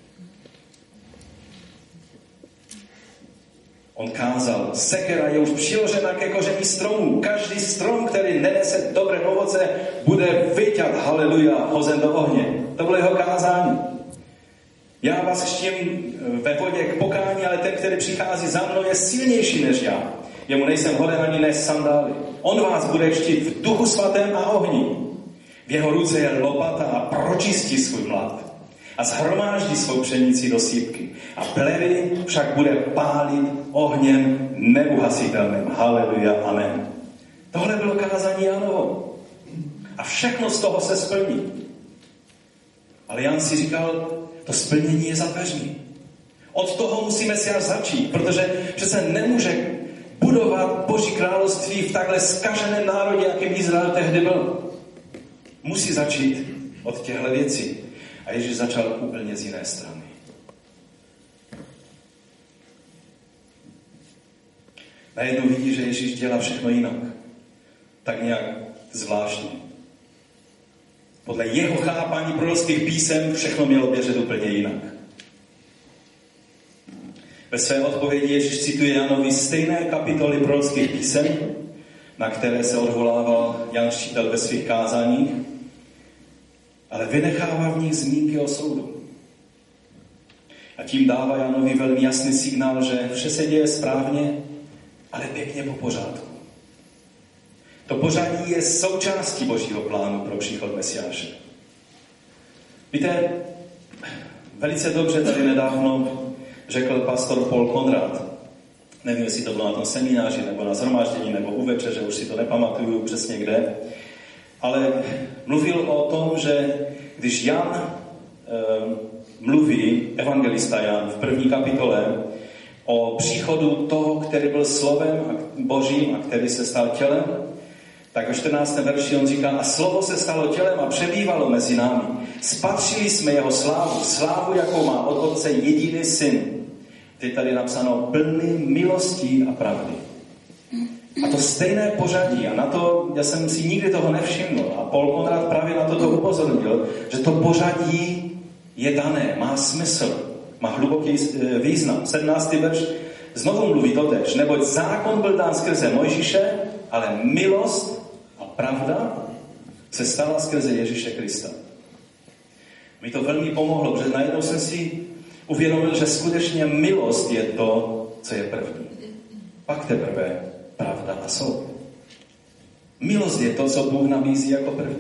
[SPEAKER 1] On kázal, sekera je už přiložena ke koření stromů. Každý strom, který nenese dobré ovoce, bude vyťat, haleluja, hozen do ohně. To bylo jeho kázání. Já vás křtím ve vodě k pokání, ale ten, který přichází za mnou, je silnější než já. Jemu nejsem hoden ani nést sandály. On vás bude křtít v duchu svatém a ohni. V jeho ruce je lopata a pročistí svůj mlad. A shromáždí svou pšenici do sýpky. A plevy však bude pálit ohněm neuhasitelným. Haleluja, amen. Tohle bylo kázání Janovo. A všechno z toho se splní. Ale Jan si říkal, to splnění je za dveřmi. Od toho musí Mesiáš začít, protože přece nemůže budovat Boží království v takhle zkaženém národě, jakým Izrael tehdy byl. Musí začít od těchto věcí. A Ježíš začal úplně z jiné strany. Najednou vidí, že Ježíš dělá všechno jinak. Tak nějak zvláštně. Podle jeho chápání prorockých písem všechno mělo běžet úplně jinak. Ve své odpovědi Ježíš cituje Janovi stejné kapitoly prorockých písem, na které se odvolával Jan Křtitel ve svých kázáních, ale vynechává v nich zmínky o soudu. A tím dává Janovi velmi jasný signál, že vše se děje správně, ale pěkně po pořádku. To pořadí je součástí Božího plánu pro příchod Mesiáše. Víte, velice dobře tady nedávno řekl pastor Paul Conrad. Nevím, jestli to bylo na tom semináři, nebo na shromáždění, nebo u večeře, už si to nepamatuju přesně kde. Ale mluvil o tom, že když Jan e, mluví, evangelista Jan v první kapitole, o příchodu toho, který byl slovem Božím a který se stal tělem, tak ve čtrnáctém verši on říká, a slovo se stalo tělem a přebývalo mezi námi. Spatřili jsme jeho slávu, slávu, jakou má od Otce jediný syn. Teď tady je napsáno plný milostí a pravdy. A to stejné pořadí, a na to, já jsem si nikdy toho nevšiml, a Paul Conrad právě na toto upozornil, že to pořadí je dané, má smysl, má hluboký význam. sedmnáctý verš znovu mluví totéž, neboť zákon byl dán skrze Mojžíše, ale milost a pravda se stala skrze Ježíše Krista. Mi to velmi pomohlo, protože najednou jsem si uvědomil, že skutečně milost je to, co je první. Pak teprve pravda a soud. Milost je to, co Bůh nabízí jako první.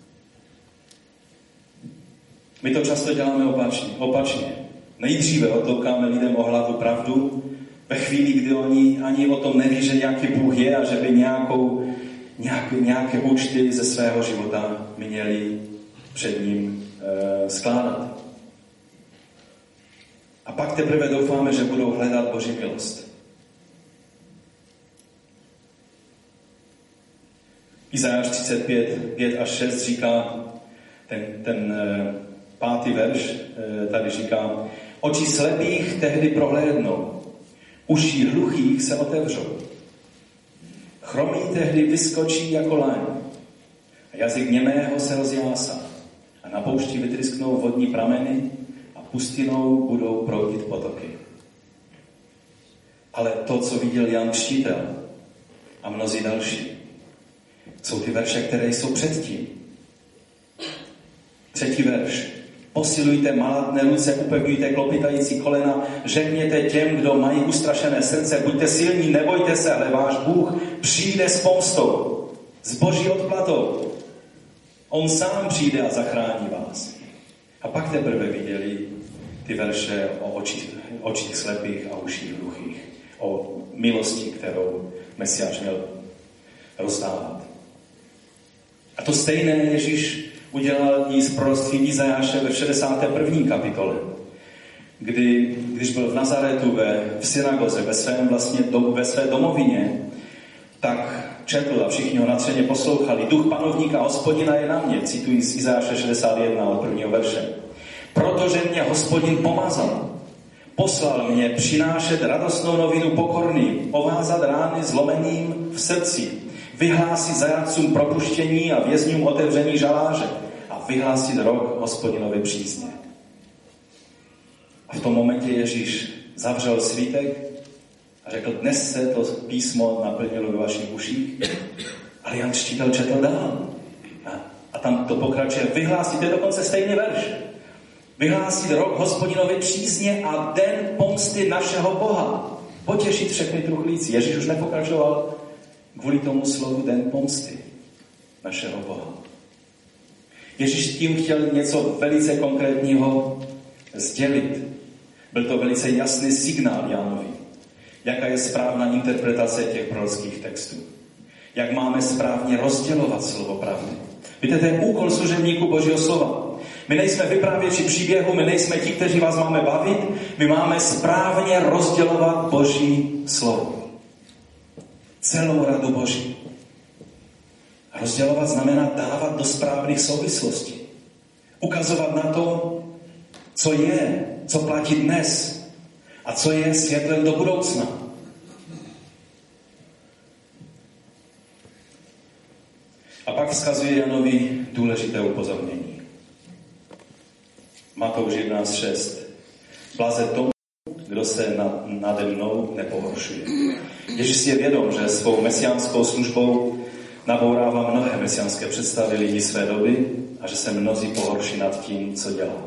[SPEAKER 1] My to často děláme opačně. opačně. Nejdříve otloukáme lidem o hlavu pravdu, ve chvíli, kdy oni ani o tom neví, že nějaký Bůh je a že by nějakou, nějak, nějaké účty ze svého života měli před ním e, skládat. A pak teprve doufáme, že budou hledat Boží milost. Izajáš třicet pět, pět až šest říká, ten, ten e, pátý verš e, tady říká, oči slepých tehdy prohlédnou, uši hluchých se otevřou. Chromý tehdy vyskočí jako laň a jazyk němého se rozjásá a na poušti vytrysknou vodní prameny a pustinou budou proudit potoky. Ale to, co viděl Jan Křtitel a mnozí další, jsou ty verše, které jsou předtím. Třetí verš. Posilujte malátné ruce, upevňujte klopitající kolena, řekněte těm, kdo mají ustrašené srdce, buďte silní, nebojte se, ale váš Bůh přijde s pomstou, s Boží odplatou. On sám přijde a zachrání vás. A pak teprve viděli ty verše o očích, očích slepých a uších hluchých, o milosti, kterou Mesiáš měl rozdávat. A to stejné Ježíš udělal i z proroctví Izajáše ve šedesáté první kapitole, kdy, když byl v Nazaretu ve, v synagoze, ve, svém vlastně do, ve své domovině, tak četl a všichni ho natřeně poslouchali. Duch panovníka Hospodina je na mě, cituji z Izajáše šedesát jedna od prvního verše. Protože mě Hospodin pomazal, poslal mě přinášet radostnou novinu pokorným, ovázat rány zlomeným v srdci, vyhlásit zajatcům propuštění a vězňům otevření žaláře a vyhlásit rok Hospodinovi přízně. A v tom momentě Ježíš zavřel svítek a řekl, dnes se to písmo naplnilo ve vašich uších, ale Jan Křtitel četl dál. A, a tam to pokračuje, vyhlásit, to je dokonce stejný verš. Vyhlásit rok Hospodinovi přízně a den pomsty našeho Boha. Potěšit všechny truchlíci. Ježíš už nepokračoval kvůli tomu slovu den pomsty našeho Boha. Ježíš tím chtěl něco velice konkrétního sdělit. Byl to velice jasný signál Jánovi. Jaká je správná interpretace těch prorockých textů. Jak máme správně rozdělovat slovo pravdy. Víte, to je úkol služebníků Božího slova. My nejsme vyprávěči příběhu, my nejsme ti, kteří vás máme bavit, my máme správně rozdělovat Boží slovo. Celou radu Boží. Rozdělovat znamená dávat do správných souvislostí. Ukazovat na to, co je, co platí dnes a co je světlem do budoucna. A pak vzkazuje Janovi důležité upozornění. Matouš jedenáct šest. Blaze tomu, kdo se nad, nade mnou nepohoršuje. Ježíš si je vědom, že svou mesiánskou službou nabourává mnohé mesiánské představy lidí své doby a že se mnozí pohorší nad tím, co dělá.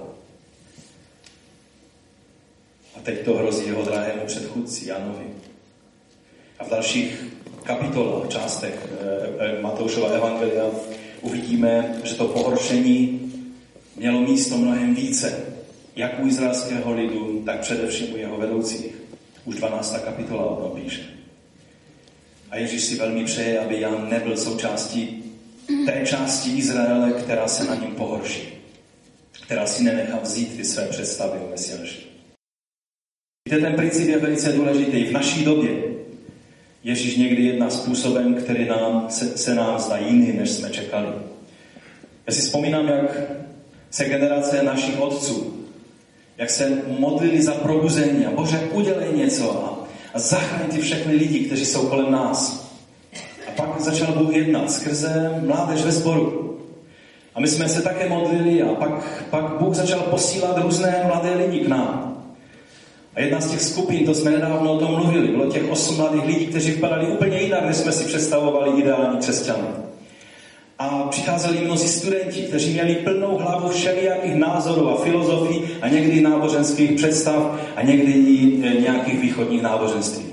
[SPEAKER 1] A teď to hrozí jeho drahému předchůdci Janovi. A v dalších kapitolách, částech Matoušova evangelia uvidíme, že to pohoršení mělo místo mnohem více, jak u izraelského lidu, tak především u jeho vedoucích. Už dvanáctá kapitola o tom píše. A Ježíš si velmi přeje, aby Jan nebyl součástí té části Izraele, která se na něm pohorší, která si nenechá vzít ty své představy o Mesiáši. Víte, ten princip je velice důležitý. V naší době Ježíš někdy jedná způsobem, který nám, se, se nám zdá jiný, než jsme čekali. Já si vzpomínám, jak se generace našich otců, jak se modlili za probuzení a Bože, udělej něco a, a zachraň ty všechny lidi, kteří jsou kolem nás. A pak začal Bůh jednat skrze mládež ve sboru. A my jsme se také modlili a pak, pak Bůh začal posílat různé mladé lidi k nám. A jedna z těch skupin, to jsme nedávno o tom mluvili, bylo těch osm mladých lidí, kteří vypadali úplně jinak, než jsme si představovali ideální křesťany. A přicházeli mnozí studenti, kteří měli plnou hlavu všelijakých názorů a filozofií a někdy náboženských představ a někdy i nějakých východních náboženství.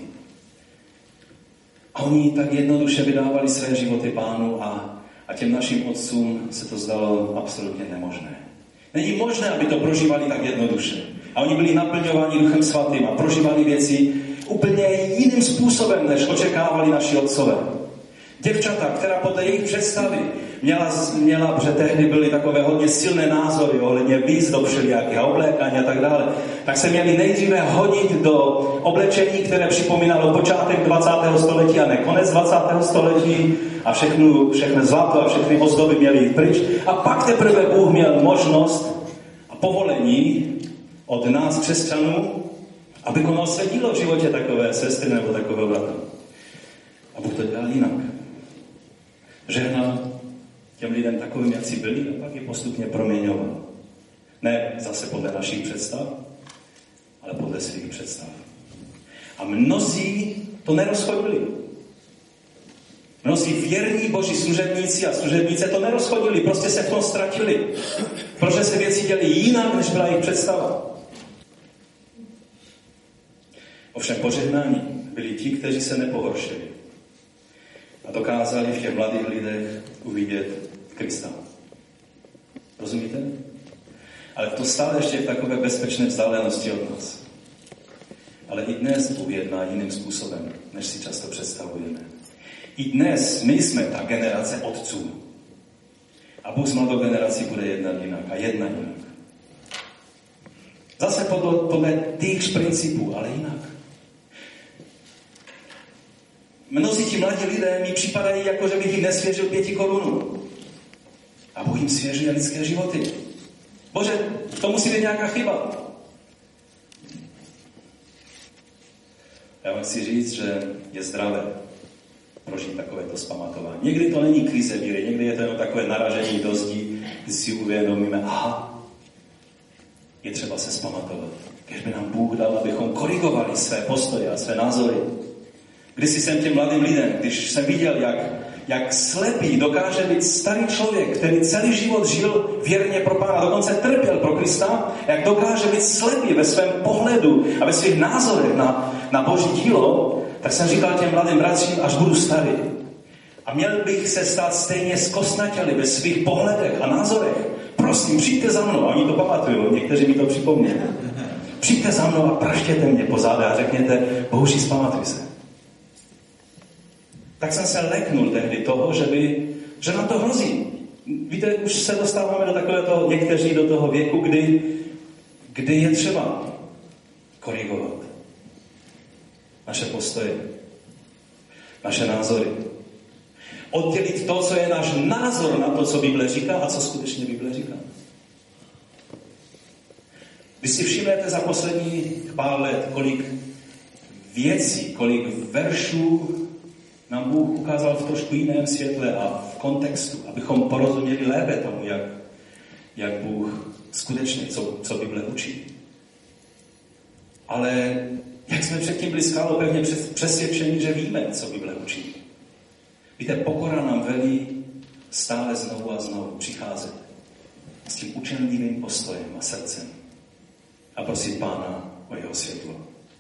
[SPEAKER 1] A oni tak jednoduše vydávali své životy Pánu a, a těm našim otcům se to zdalo absolutně nemožné. Není možné, aby to prožívali tak jednoduše. A oni byli naplňováni Duchem Svatým a prožívali věci úplně jiným způsobem, než očekávali naši otcové. Děvčata, která podle jejich představy měla, měla, protože tehdy byly takové hodně silné názory ohledně výzdob všelijakých a oblékání a tak dále, tak se měli nejdříve hodit do oblečení, které připomínalo počátek dvacátého století a ne konec dvacátého století a všechno, všechno zlato a všechny ozdoby měly jít pryč. A pak teprve Bůh měl možnost a povolení od nás, křesťanů, aby konal své dílo v životě takové sestry nebo takového bratra. A Bůh to dělal jinak. Žehnal těm lidem takovým, jak si byli, a pak je postupně proměňoval. Ne zase podle našich představ, ale podle svých představ. A mnozí to nerozchodili. Mnozí věrní Boží služebníci a služebnice to nerozchodili, prostě se v tom ztratili. Protože se věci děly jinak, než byla jejich představa. Ovšem požehnání byli ti, kteří se nepohoršili a dokázali v těch mladých lidech uvidět Krista. Rozumíte? Ale to stále ještě v takové bezpečné vzdálenosti od nás. Ale i dnes Bůh jedná jiným způsobem, než si často představujeme. I dnes my jsme ta generace otců. A Bůh s mladou generací bude jednat jinak a jednat jinak. Zase podle, podle týchž principů, ale jinak. Mnozí ti mladí lidé mi připadají, jako že bych jim nesvěřil pěti korunů. A Bůh jim svěří lidské životy. Bože, to musí být nějaká chyba. Já vám chci říct, že je zdravé prožít takovéto zpamatování. Někdy to není krize víry, někdy je to jenom takové naražení do zdí, kdy si uvědomíme, aha, je třeba se zpamatovat. Když by nám Bůh dal, abychom korigovali své postoje a své názory. Kdysi jsem těm mladým lidem, když jsem viděl, jak, jak slepý dokáže být starý člověk, který celý život žil věrně pro Pána, dokonce trpěl pro Krista, jak dokáže být slepý ve svém pohledu a ve svých názorech na, na Boží dílo, tak jsem říkal těm mladým bratřím, až budu starý. A měl bych se stát stejně zkostnatěli ve svých pohledech a názorech. Prosím, přijďte za mnou. A oni to pamatují, někteří mi to připomněli. Přijďte za mnou a praštěte mě po záde a řekněte, Bohuží, zpamatuj se. Tak jsem se leknul tehdy toho, že, by, že nám to hrozí. Víte, už se dostáváme do takového toho, někteří do toho věku, kdy, kdy je třeba korigovat naše postoje, naše názory. Oddělit to, co je náš názor na to, co Bible říká a co skutečně Bible říká. Vy si všimnete za posledních pár let, kolik věcí, kolik veršů nám Bůh ukázal v trošku jiném světle a v kontextu, abychom porozuměli lépe tomu, jak, jak Bůh skutečně, co, co Bible učí. Ale jak jsme předtím byli skálopevně přesvědčeni, že víme, co Bible učí. Víte, pokora nám velí stále znovu a znovu přicházet s tím učenlivým postojem a srdcem a prosit Pána o jeho světlo.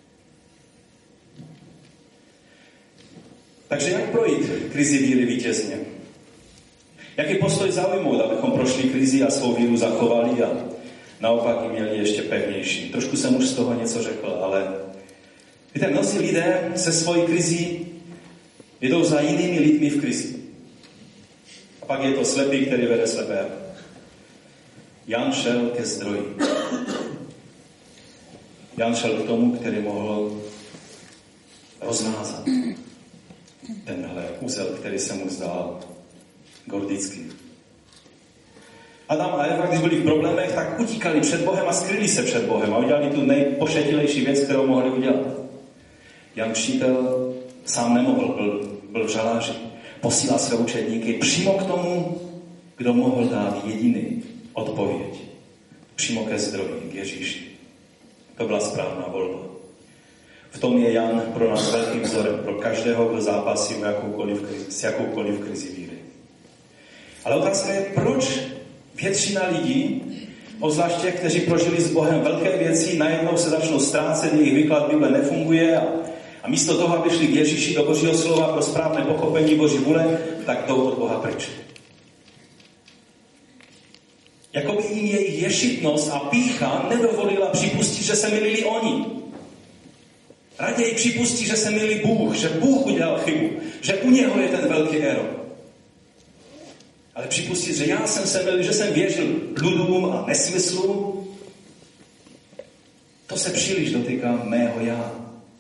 [SPEAKER 1] Takže jak projít krizi víry vítězně? Jaký postoj zaujmout, abychom prošli krizi a svou víru zachovali a naopak ji měli ještě pevnější? Trošku jsem už z toho něco řekl, ale víte, mnozí lidé se svojí krizí jdou za jinými lidmi v krizi. A pak je to slepý, který vede slepého. Jan šel ke zdroji. Jan šel k tomu, který mohl rozmázat tenhle úzel, který se mu zdál gordický. Adam a Eva, když byli v problémech, tak utíkali před Bohem a skryli se před Bohem a udělali tu nejpošetilejší věc, kterou mohli udělat. Jan Křtitel sám nemohl, byl, byl v žaláři. Posílal své učedníky přímo k tomu, kdo mohl dát jediný odpověď. Přímo ke zdroji, k Ježíši. To byla správná volba. V tom je Jan pro nás velkým vzorem, pro každého, kdo zápasí jakoukoliv krizi, s jakoukoliv krizi víry. Ale otázka je, proč většina lidí, obzvlášť těch, kteří prožili s Bohem velké věci, najednou se začnou ztrácet, jejich výklad Bible nefunguje a, a místo toho, aby šli k Ježíši do Božího slova pro správné pochopení Boží vůle, tak jdou od Boha pryč. Jakoby jim jejich ješitnost a pýcha nedovolila připustit, že se mylili oni. Raději připustí, že se mylí Bůh, že Bůh udělal chybu, že u něho je ten velký error. Ale připustit, že já jsem se mylil, že jsem věřil bludům a nesmyslům, to se příliš dotýká mého já.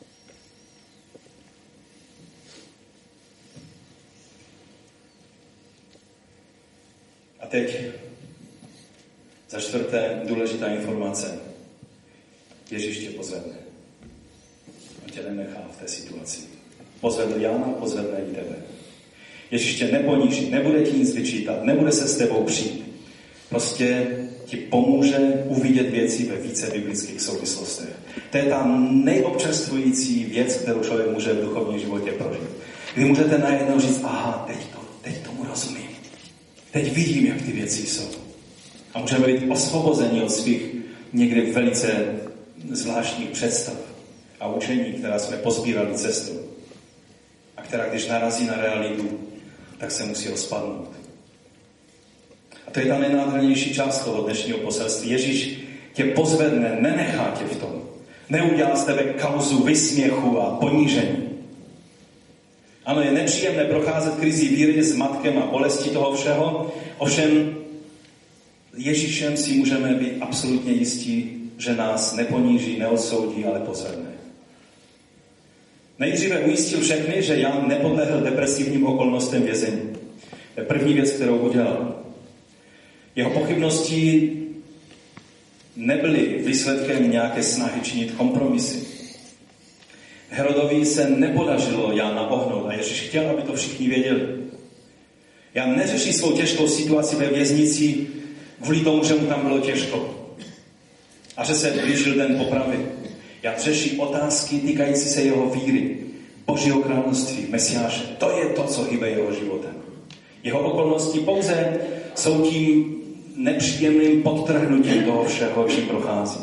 [SPEAKER 1] A teď za čtvrté důležitá informace. Ježíš tě pozvedne. On tě nenechá v té situaci. Pozvedl Jana, pozvedne i tebe. Ježíš tě neponíží, nebude ti nic vyčítat, nebude se s tebou přijít. Prostě ti pomůže uvidět věci ve více biblických souvislostech. To je ta nejobčerstvující věc, kterou člověk může v duchovním životě prožít. Kdy můžete najednou říct, aha, teď, to, teď tomu rozumím. Teď vidím, jak ty věci jsou. A můžeme být osvobozeni od svých někdy velice zvláštních představ a učení, která jsme pozbírali cestou. A která, když narazí na realitu, tak se musí rozpadnout. A to je ta nejnádhernější část toho dnešního poselství. Ježíš tě pozvedne, nenechá tě v tom. Neudělá z tebe kauzu vysměchu a ponížení. Ano, je nepříjemné procházet krizi víry s matkem a bolestí toho všeho, ovšem Ježíšem si můžeme být absolutně jistí, že nás neponíží, neodsoudí, ale pozvedne. Nejdříve ujistil všechny, že Jan nepodlehl depresivním okolnostem vězení. To je první věc, kterou udělal. Jeho pochybnosti nebyly výsledkem nějaké snahy činit kompromisy. Herodovi se nepodařilo Jana ohnout a Ježíš chtěl, aby to všichni věděli. Jan neřeší svou těžkou situaci ve věznici kvůli tomu, že mu tam bylo těžko a že se blížil den popravy. Jan řeší otázky týkající se jeho víry, Božího království, Mesiáše. To je to, co hýbe jeho životem. Jeho okolnosti pouze jsou tím nepříjemným podtrhnutím toho všeho, čím prochází.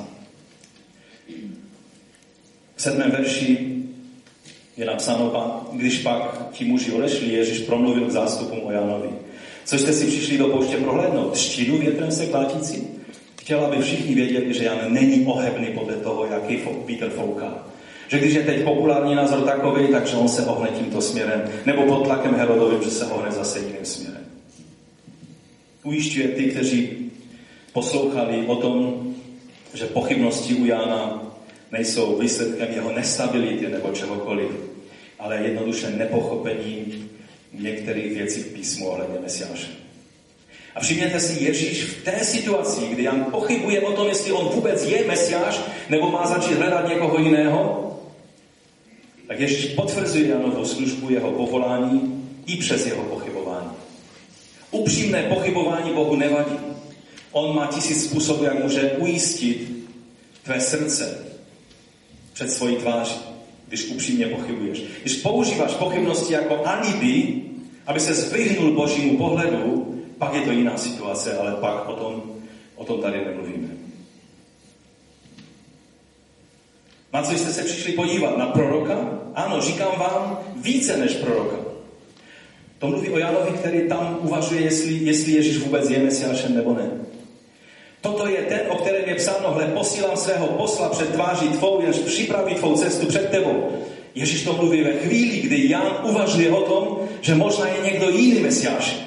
[SPEAKER 1] V sedmém verši je napsáno, když pak ti muži odešli, Ježíš promluvil k zástupům o Janovi. Co jste si přišli do pouště prohlédnout? Štínu větrem se klátící? Chtěl, aby všichni věděli, že Jan není ohebný podle toho, jaký vítr fouká. Že když je teď populární názor takový, takže on se ohne tímto směrem. Nebo pod tlakem Herodovým, že se ohne zase jiným směrem. ujišťuje ty, kteří poslouchali o tom, že pochybnosti u Jána nejsou výsledkem jeho nestability nebo čehokoliv, ale jednoduše nepochopení některých věcí v písmu ohledně Mesiáše. A všimněte si, Ježíš v té situaci, kdy Jan pochybuje o tom, jestli on vůbec je Mesiáš, nebo má začít hledat někoho jiného, tak Ježíš potvrzuje Janovu službu, jeho povolání i přes jeho pochybování. Upřímné pochybování Bohu nevadí. On má tisíc způsobů, jak může ujistit tvé srdce před svojí tváří, když upřímně pochybuješ. Když používáš pochybnosti jako alibi, aby se vyhnul Božímu pohledu, pak je to jiná situace, ale pak o tom, o tom tady nemluvíme. Na co jste se přišli podívat? Na proroka? Ano, říkám vám, více než proroka. To mluví o Janovi, který tam uvažuje, jestli, jestli Ježíš vůbec je Mesiášem nebo ne. Toto je ten, o kterém je psáno, hle, posílám svého posla před tváří tvou, jenž připraví tvou cestu před tebou. Ježíš to mluví ve chvíli, kdy Jan uvažuje o tom, že možná je někdo jiný Mesiáš.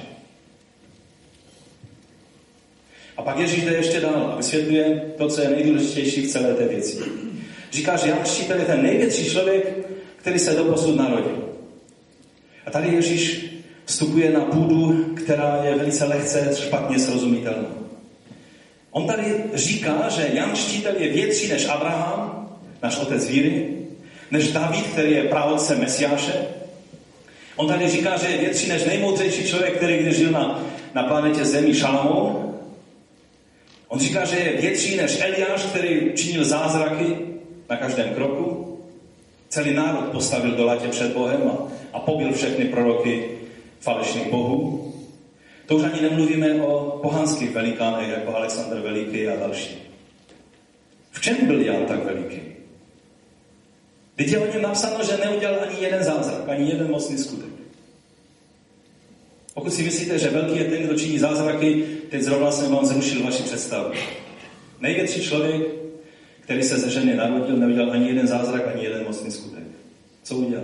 [SPEAKER 1] A pak Ježíš jde ještě dál a vysvětluje to, co je nejdůležitější v celé té věci. Říká, že Jan Křtitel je ten největší člověk, který se doposud narodil. A tady Ježíš vstupuje na půdu, která je velice lehce špatně srozumitelná. On tady říká, že Jan Křtitel je větší než Abraham, náš otec víry, než David, který je praotcem Mesiáše. On tady říká, že je větší než nejmoudřejší člověk, který kdy žil na, na planetě Zemi, Šalamoun. On říká, že je větší než Eliáš, který činil zázraky na každém kroku. Celý národ postavil do latě před Bohem a, a pobil všechny proroky falešných bohů. To už ani nemluvíme o pohanských velikánech, jako Alexandr Veliký a další. V čem byl Jan tak veliký? Teď je o něm napsáno, že neudělal ani jeden zázrak, ani jeden mocný skutek. Pokud si myslíte, že velký je ten, kdo činí zázraky, teď zrovna jsem vám zrušil vaši představu. Největší člověk, který se ze ženy narodil, neudělal ani jeden zázrak, ani jeden mocný skutek. Co udělal?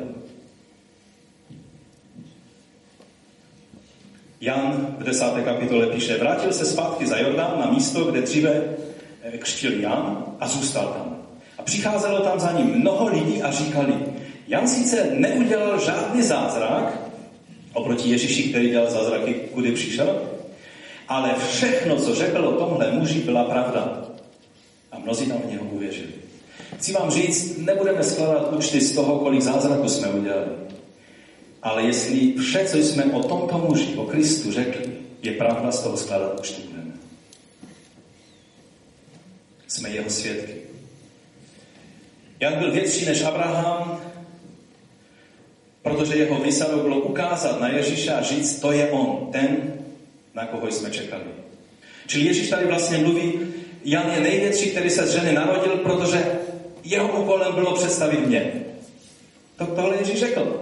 [SPEAKER 1] Jan v desáté kapitole píše, vrátil se zpátky za Jordán na místo, kde dříve křtil Jan a zůstal tam. A přicházelo tam za ním mnoho lidí a říkali, Jan sice neudělal žádný zázrak, oproti Ježíši, který dělal zázraky, kudy přišel, ale všechno, co řekl o tomhle muži, byla pravda. A mnozí tam v něho uvěřili. Chci vám říct, nebudeme skládat účty z toho, kolik zázraků jsme udělali. Ale jestli vše, co jsme o tomto muži, o Kristu řekli, je pravda, z toho skládat účty budeme. Jsme jeho svědky. Jan byl větší než Abraham, protože jeho výsadou bylo ukázat na Ježíše a říct, to je on, ten, na koho jsme čekali. Čili Ježíš tady vlastně mluví, Jan je největší, který se z ženy narodil, protože jeho úkolem bylo představit mě. To tohle Ježíš řekl.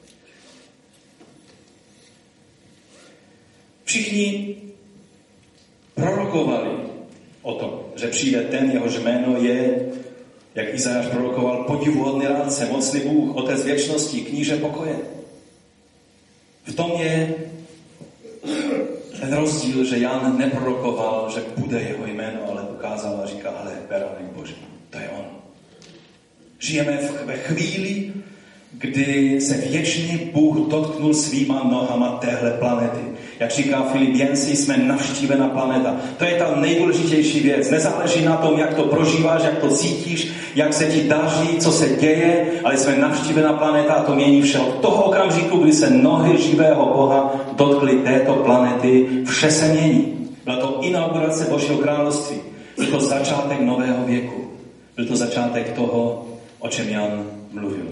[SPEAKER 1] Všichni prorokovali o tom, že přijde ten, jehož jméno je, jak Izajáš prorokoval, podivuhodný rádce, mocný Bůh, otec věčnosti, kníže pokoje. V tom je ten rozdíl, že Jan neprorokoval, že bude jeho jméno, ale ukázal a říká, ale beránek Boží, to je on. Žijeme ve chvíli, kdy se věčný Bůh dotknul svýma nohama téhle planety. Jak říká Filipiensi, jsme navštívená planeta. To je ta nejdůležitější věc. Nezáleží na tom, jak to prožíváš, jak to cítíš, jak se ti daří, co se děje, ale jsme navštívená planeta a to mění vše. Od toho okamžiku, kdy se nohy živého Boha dotkly této planety, vše se mění. Byla to inaugurace Božího království. Byl to začátek nového věku. Byl to začátek toho, o čem Jan mluvil.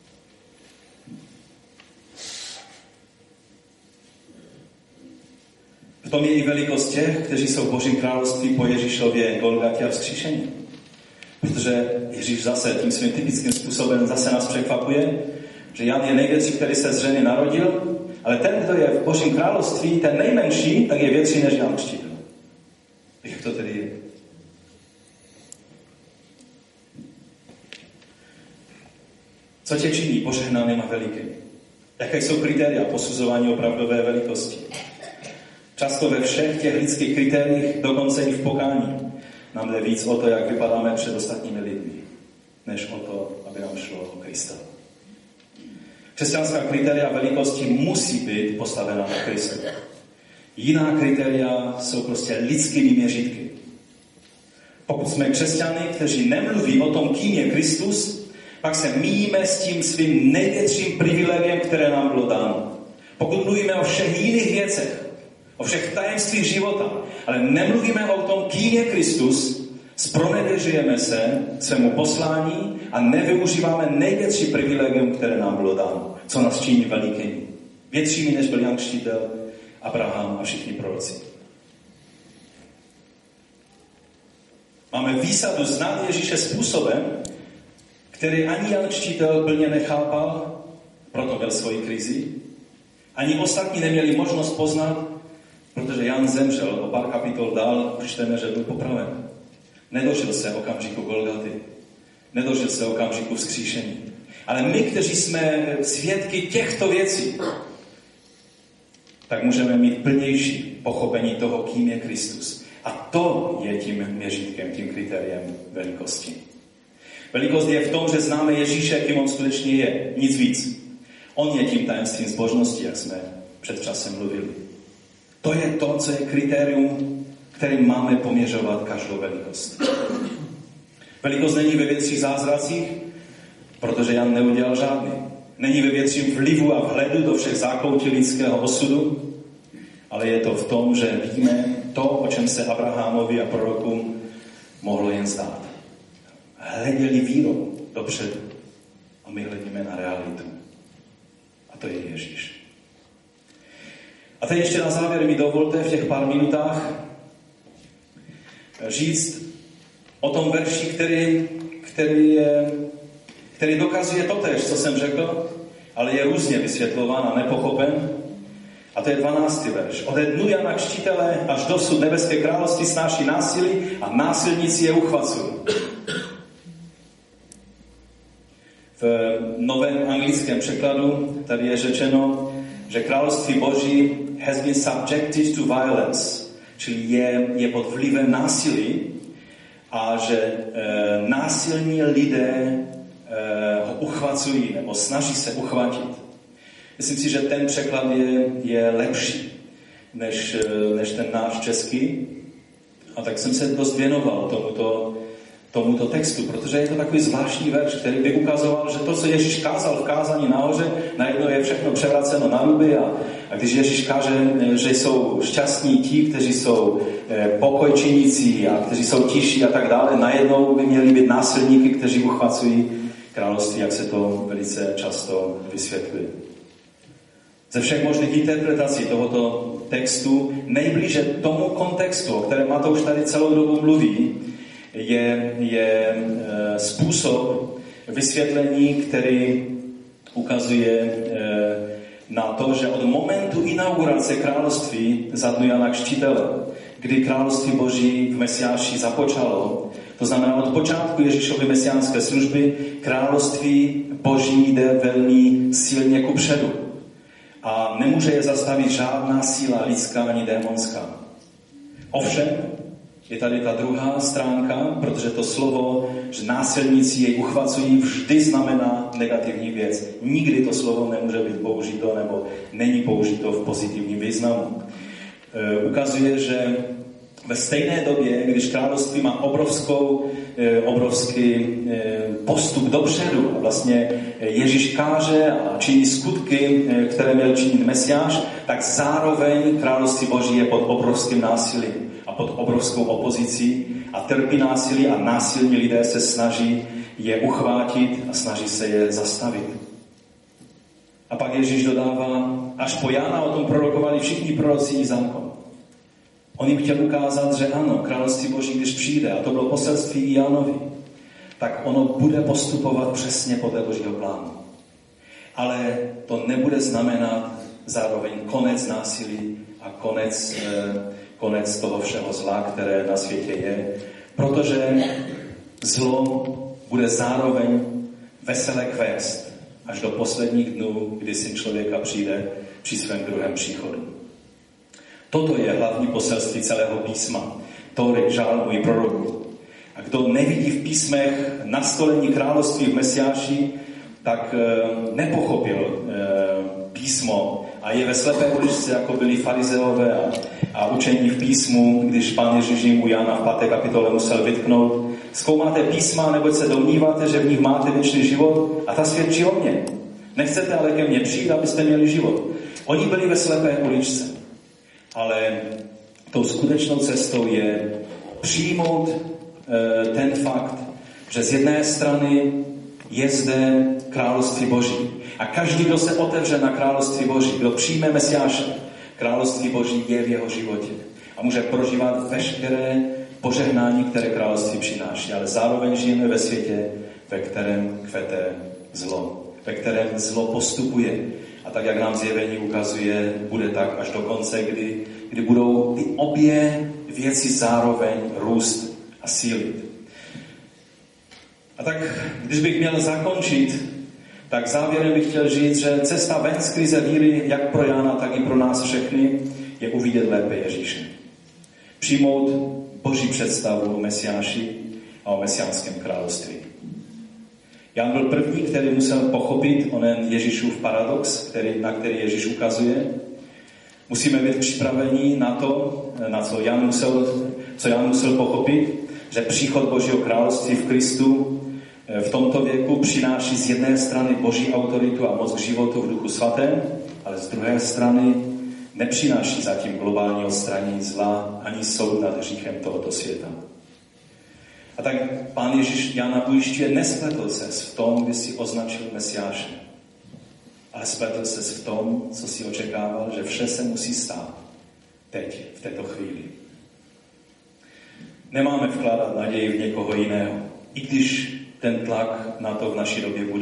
[SPEAKER 1] V tom je i velikost těch, kteří jsou v Božím království po Ježíšově Golgatě a vzkříšení. Protože Ježíš zase tím svým typickým způsobem zase nás překvapuje, že Jan je největší, který se z ženy narodil, ale ten, kdo je v Božím království, ten nejmenší, tak je větší než Jan Křtitel. Jak to tedy je? Co tě činí požehnaným a velikým? Jaké jsou kritéria posuzování opravdové velikosti? Často ve všech těch lidských kritériích, dokonce i v pokání, nám jde víc o to, jak vypadáme před ostatními lidmi, než o to, aby nám šlo o Krista. Křesťanská kritéria velikosti musí být postavena na Kristu. Jiná kritéria jsou prostě lidskými měřítky. Pokud jsme křesťany, kteří nemluví o tom, kým je Kristus, pak se míjíme s tím svým největším privilegiem, které nám bylo dáno. Pokud mluvíme o všech jiných věcech, o všech tajemstvích života, ale nemluvíme o tom, kým je Kristus, zpronevěřujeme se svému poslání a nevyužíváme největší privilegium, které nám bylo dáno, co nás činí velikými. Většími, než byl Jan Křtitel, Abraham a všichni proroci. Máme výsadu znát Ježíše způsobem, který ani Jan Křtitel plně nechápal, proto měl svoji krizi. Ani ostatní neměli možnost poznat, protože Jan zemřel, o pár kapitol dál čteme, že byl popraven. Nedožil se okamžiku Golgaty. Nedožil se okamžiku vzkříšení. Ale my, kteří jsme svědky těchto věcí, tak můžeme mít plnější pochopení toho, kým je Kristus. A to je tím měřítkem, tím kritériem velikosti. Velikost je v tom, že známe Ježíše, kým on skutečně je. Nic víc. On je tím tajemstvím zbožnosti, jak jsme před časem mluvili. To je to, co je kritérium, kterým máme poměřovat každou velikost. Velikost není ve větších zázracích, protože Jan neudělal žádný. Není ve větším vlivu a vhledu do všech zákoutí lidského osudu, ale je to v tom, že víme to, o čem se Abrahamovi a prorokům mohlo jen zdát. Hleděli vírou dopředu a my hledíme na realitu. A to je Ježíš. A teď ještě na závěr mi dovolte v těch pár minutách říct o tom verši, který, který, je, který dokazuje totéž, co jsem řekl, ale je různě vysvětlován a nepochopen. A to je dvanáctý verš. Ode dnu Jana Křtitele až dosud nebeské království snáší násilí a násilníci je uchvacují. V novém anglickém překladu tady je řečeno, že království Boží has been subjected to violence, čili je, je pod vlivem násilí a že e, násilní lidé e, ho uchvacují nebo snaží se uchvatit. Myslím si, že ten překlad je, je lepší než, než ten náš český. A tak jsem se dost věnoval tomuto, tomuto textu, protože je to takový zvláštní verš, který by ukazoval, že to, co Ježíš kázal v kázání nahoře, najednou je všechno převraceno na ruby a, a když Ježíš káže, že jsou šťastní ti, kteří jsou pokojčiníci a kteří jsou tiší a tak dále, najednou by měli být násilníky, kteří uchvacují království, jak se to velice často vysvětluje. Ze všech možných interpretací tohoto textu nejblíže tomu kontextu, o kterém Matouš tady celou dobu mluví, je, je e, způsob vysvětlení, který ukazuje e, na to, že od momentu inaugurace království za dnu Jana Křtitele, kdy království Boží v Mesiáši započalo, to znamená od počátku Ježíšovy mesiánské služby, království Boží jde velmi silně kupředu. A nemůže je zastavit žádná síla lidská ani démonská. Ovšem, je tady ta druhá stránka, protože to slovo, že násilníci jej uchvacují, vždy znamená negativní věc. Nikdy to slovo nemůže být použito nebo není použito v pozitivním významu. E, ukazuje, že ve stejné době, když království má obrovskou, obrovský postup dopředu a vlastně Ježíš káže a činí skutky, které měl činit Mesiáš, tak zároveň království Boží je pod obrovským násilím a pod obrovskou opozicí a trpí násilí a násilní lidé se snaží je uchvátit a snaží se je zastavit. A pak Ježíš dodává, až po Jana o tom prorokovali všichni proroci i zákon. On jim chtěl ukázat, že ano, království Boží, když přijde, a to bylo poselství i Janovi, tak ono bude postupovat přesně podle Božího plánu. Ale to nebude znamenat zároveň konec násilí a konec, eh, konec toho všeho zla, které na světě je, protože zlo bude zároveň vesele kvést až do posledních dnů, kdy Syn člověka přijde při svém druhém příchodu. Toto je hlavní poselství celého písma, Tóry, žálmů i proroků. A kdo nevidí v písmech nastolení království v Mesiáši, tak e, nepochopil e, písmo a je ve slepé uličce, jako byli farizeové a, a učení v písmu, když Pán Ježíš jim u Jana v páté kapitole musel vytknout. Zkoumáte písma, neboť se domníváte, že v nich máte věčný život a ta svědčí o mně. Nechcete ale ke mně přijít, abyste měli život. Oni byli ve slepé uličce. Ale tou skutečnou cestou je přijmout e, ten fakt, že z jedné strany je zde království Boží. A každý, kdo se otevře na království Boží, kdo přijme Mesiáše, království Boží je v jeho životě. A může prožívat veškeré požehnání, které království přináší. Ale zároveň žijeme ve světě, ve kterém kvete zlo. Ve kterém zlo postupuje. A tak, jak nám zjevení ukazuje, bude tak až do konce, kdy, kdy budou ty obě věci zároveň růst a sílit. A tak, když bych měl zakončit, tak závěrem bych chtěl říct, že cesta ven z krize víry, jak pro Jana, tak i pro nás všechny, je uvidět lépe Ježíše. Přijmout Boží představu o Mesiáši a o mesiánském království. Jan byl první, který musel pochopit onen Ježíšův paradox, který, na který Ježíš ukazuje. Musíme být připraveni na to, na co Jan musel, co Jan musel pochopit, že příchod Božího království v Kristu v tomto věku přináší z jedné strany Boží autoritu a moc k životu v Duchu Svatém, ale z druhé strany nepřináší zatím globální odstranění zla ani soud nad hříchem tohoto světa. A tak Pán Ježíš Jana ujišťuje, nespletl ses v tom, kdy si označil Mesiáše, ale spletl ses v tom, co si očekával, že vše se musí stát teď, v této chvíli. Nemáme vkládat naději v někoho jiného, i když ten tlak na to v naší době bude.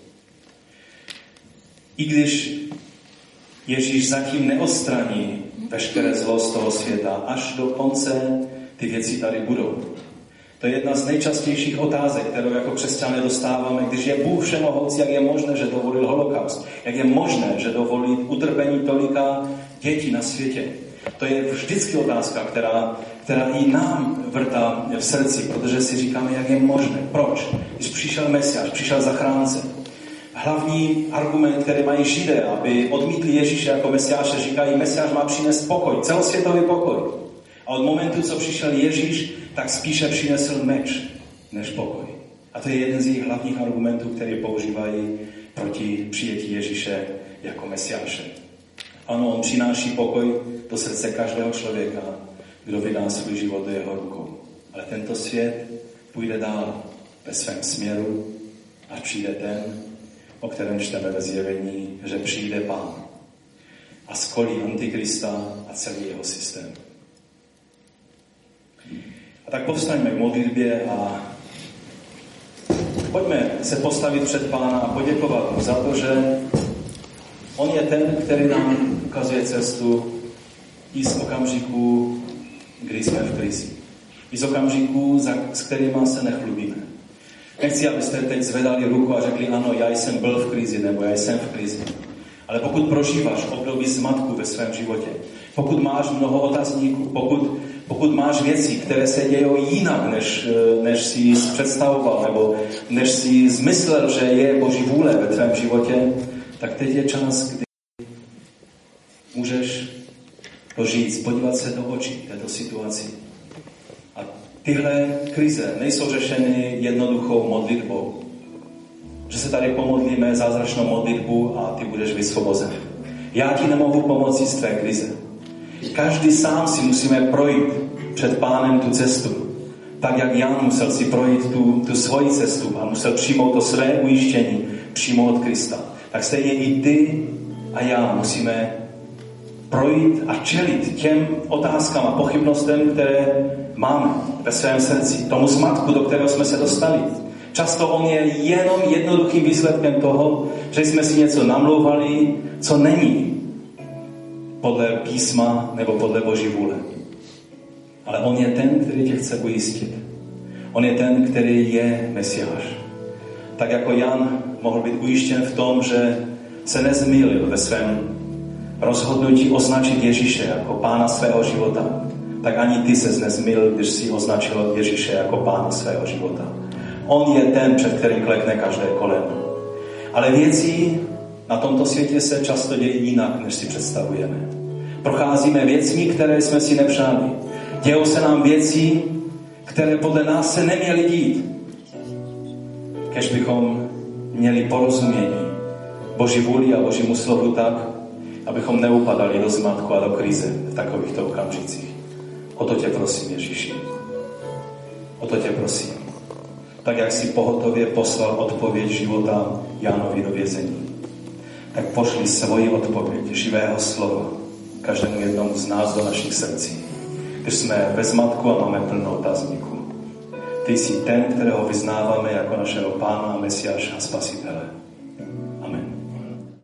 [SPEAKER 1] I když Ježíš zatím neodstraní veškeré zlo z toho světa, až do konce ty věci tady budou. To je jedna z nejčastějších otázek, kterou jako křesťané dostáváme, když je Bůh všemohoucí, jak je možné, že dovolil holokaust, jak je možné, že dovolí utrpení tolika dětí na světě. To je vždycky otázka, která, která i nám vrtá v srdci, protože si říkáme, jak je možné, proč, když přišel Mesiáš, přišel zachránce. Hlavní argument, který mají Židé, aby odmítli Ježíše jako Mesiáše, říkají, Mesiáš má přinést pokoj, celosvětový pokoj. A od momentu, co přišel Ježíš, tak spíše přinesl meč, než pokoj. A to je jeden z jejich hlavních argumentů, který používají proti přijetí Ježíše jako Mesiáše. Ano, on přináší pokoj do srdce každého člověka, kdo vydá svůj život do jeho rukou. Ale tento svět půjde dál ve svém směru, až přijde ten, o kterém čteme ve zjevení, že přijde Pán a skolí Antikrista a celý jeho systém. A tak povstaňme k modlitbě a pojďme se postavit před Pána a poděkovat mu za to, že on je ten, který nám ukazuje cestu i z okamžiků, kdy jsme v krizi. I z okamžiků, s kterýma se nechlubíme. Nechci, abyste teď zvedali ruku a řekli, ano, já jsem byl v krizi, nebo já jsem v krizi. Ale pokud prožíváš období zmatku ve svém životě, pokud máš mnoho otazníků, pokud, pokud máš věci, které se dějou jinak, než, než jsi představoval, nebo než jsi zmyslel, že je Boží vůle ve tvém životě, tak teď je čas, kdy můžeš to říct, podívat se do očí této situaci. A tyhle krize nejsou řešeny jednoduchou modlitbou. Že se tady pomodlíme zázračnou modlitbu a ty budeš vysvobozen. Já ti nemohu pomoci z tvé krize. Každý sám si musíme projít před Pánem tu cestu. Tak, jak Jan musel si projít tu, tu svoji cestu a musel přijmout to své ujištění přímo od Krista. Tak stejně i ty a já musíme projít a čelit těm otázkám a pochybnostem, které máme ve svém srdci. Tomu zmatku, do kterého jsme se dostali. Často on je jenom jednoduchým výsledkem toho, že jsme si něco namlouvali, co není podle písma nebo podle Boží vůle. Ale on je ten, který tě chce ujistit. On je ten, který je Mesiáš. Tak jako Jan mohl být ujištěn v tom, že se nezmýlil ve svém rozhodnutí označit Ježíše jako pána svého života, tak ani ty ses nezmyl, když si označil Ježíše jako pána svého života. On je ten, před kterým klekne každé koleno. Ale věci na tomto světě se často dějí jinak, než si představujeme. Procházíme věcmi, které jsme si nepřáli. Dějou se nám věci, které podle nás se neměly dít. Kež bychom měli porozumění Boží vůli a Božímu slovu tak, abychom neupadali do zmatku a do krize v takovýchto okamžicích. O to tě prosím, Ježíši. O to tě prosím. Tak, jak si pohotově poslal odpověď života Jánovi do vězení, tak pošli svoji odpověď živého slova každému jednomu z nás do našich srdcí. Když jsme ve zmatku a máme plno otazníků. Ty jsi ten, kterého vyznáváme jako našeho Pána, Mesiáša a Spasitele.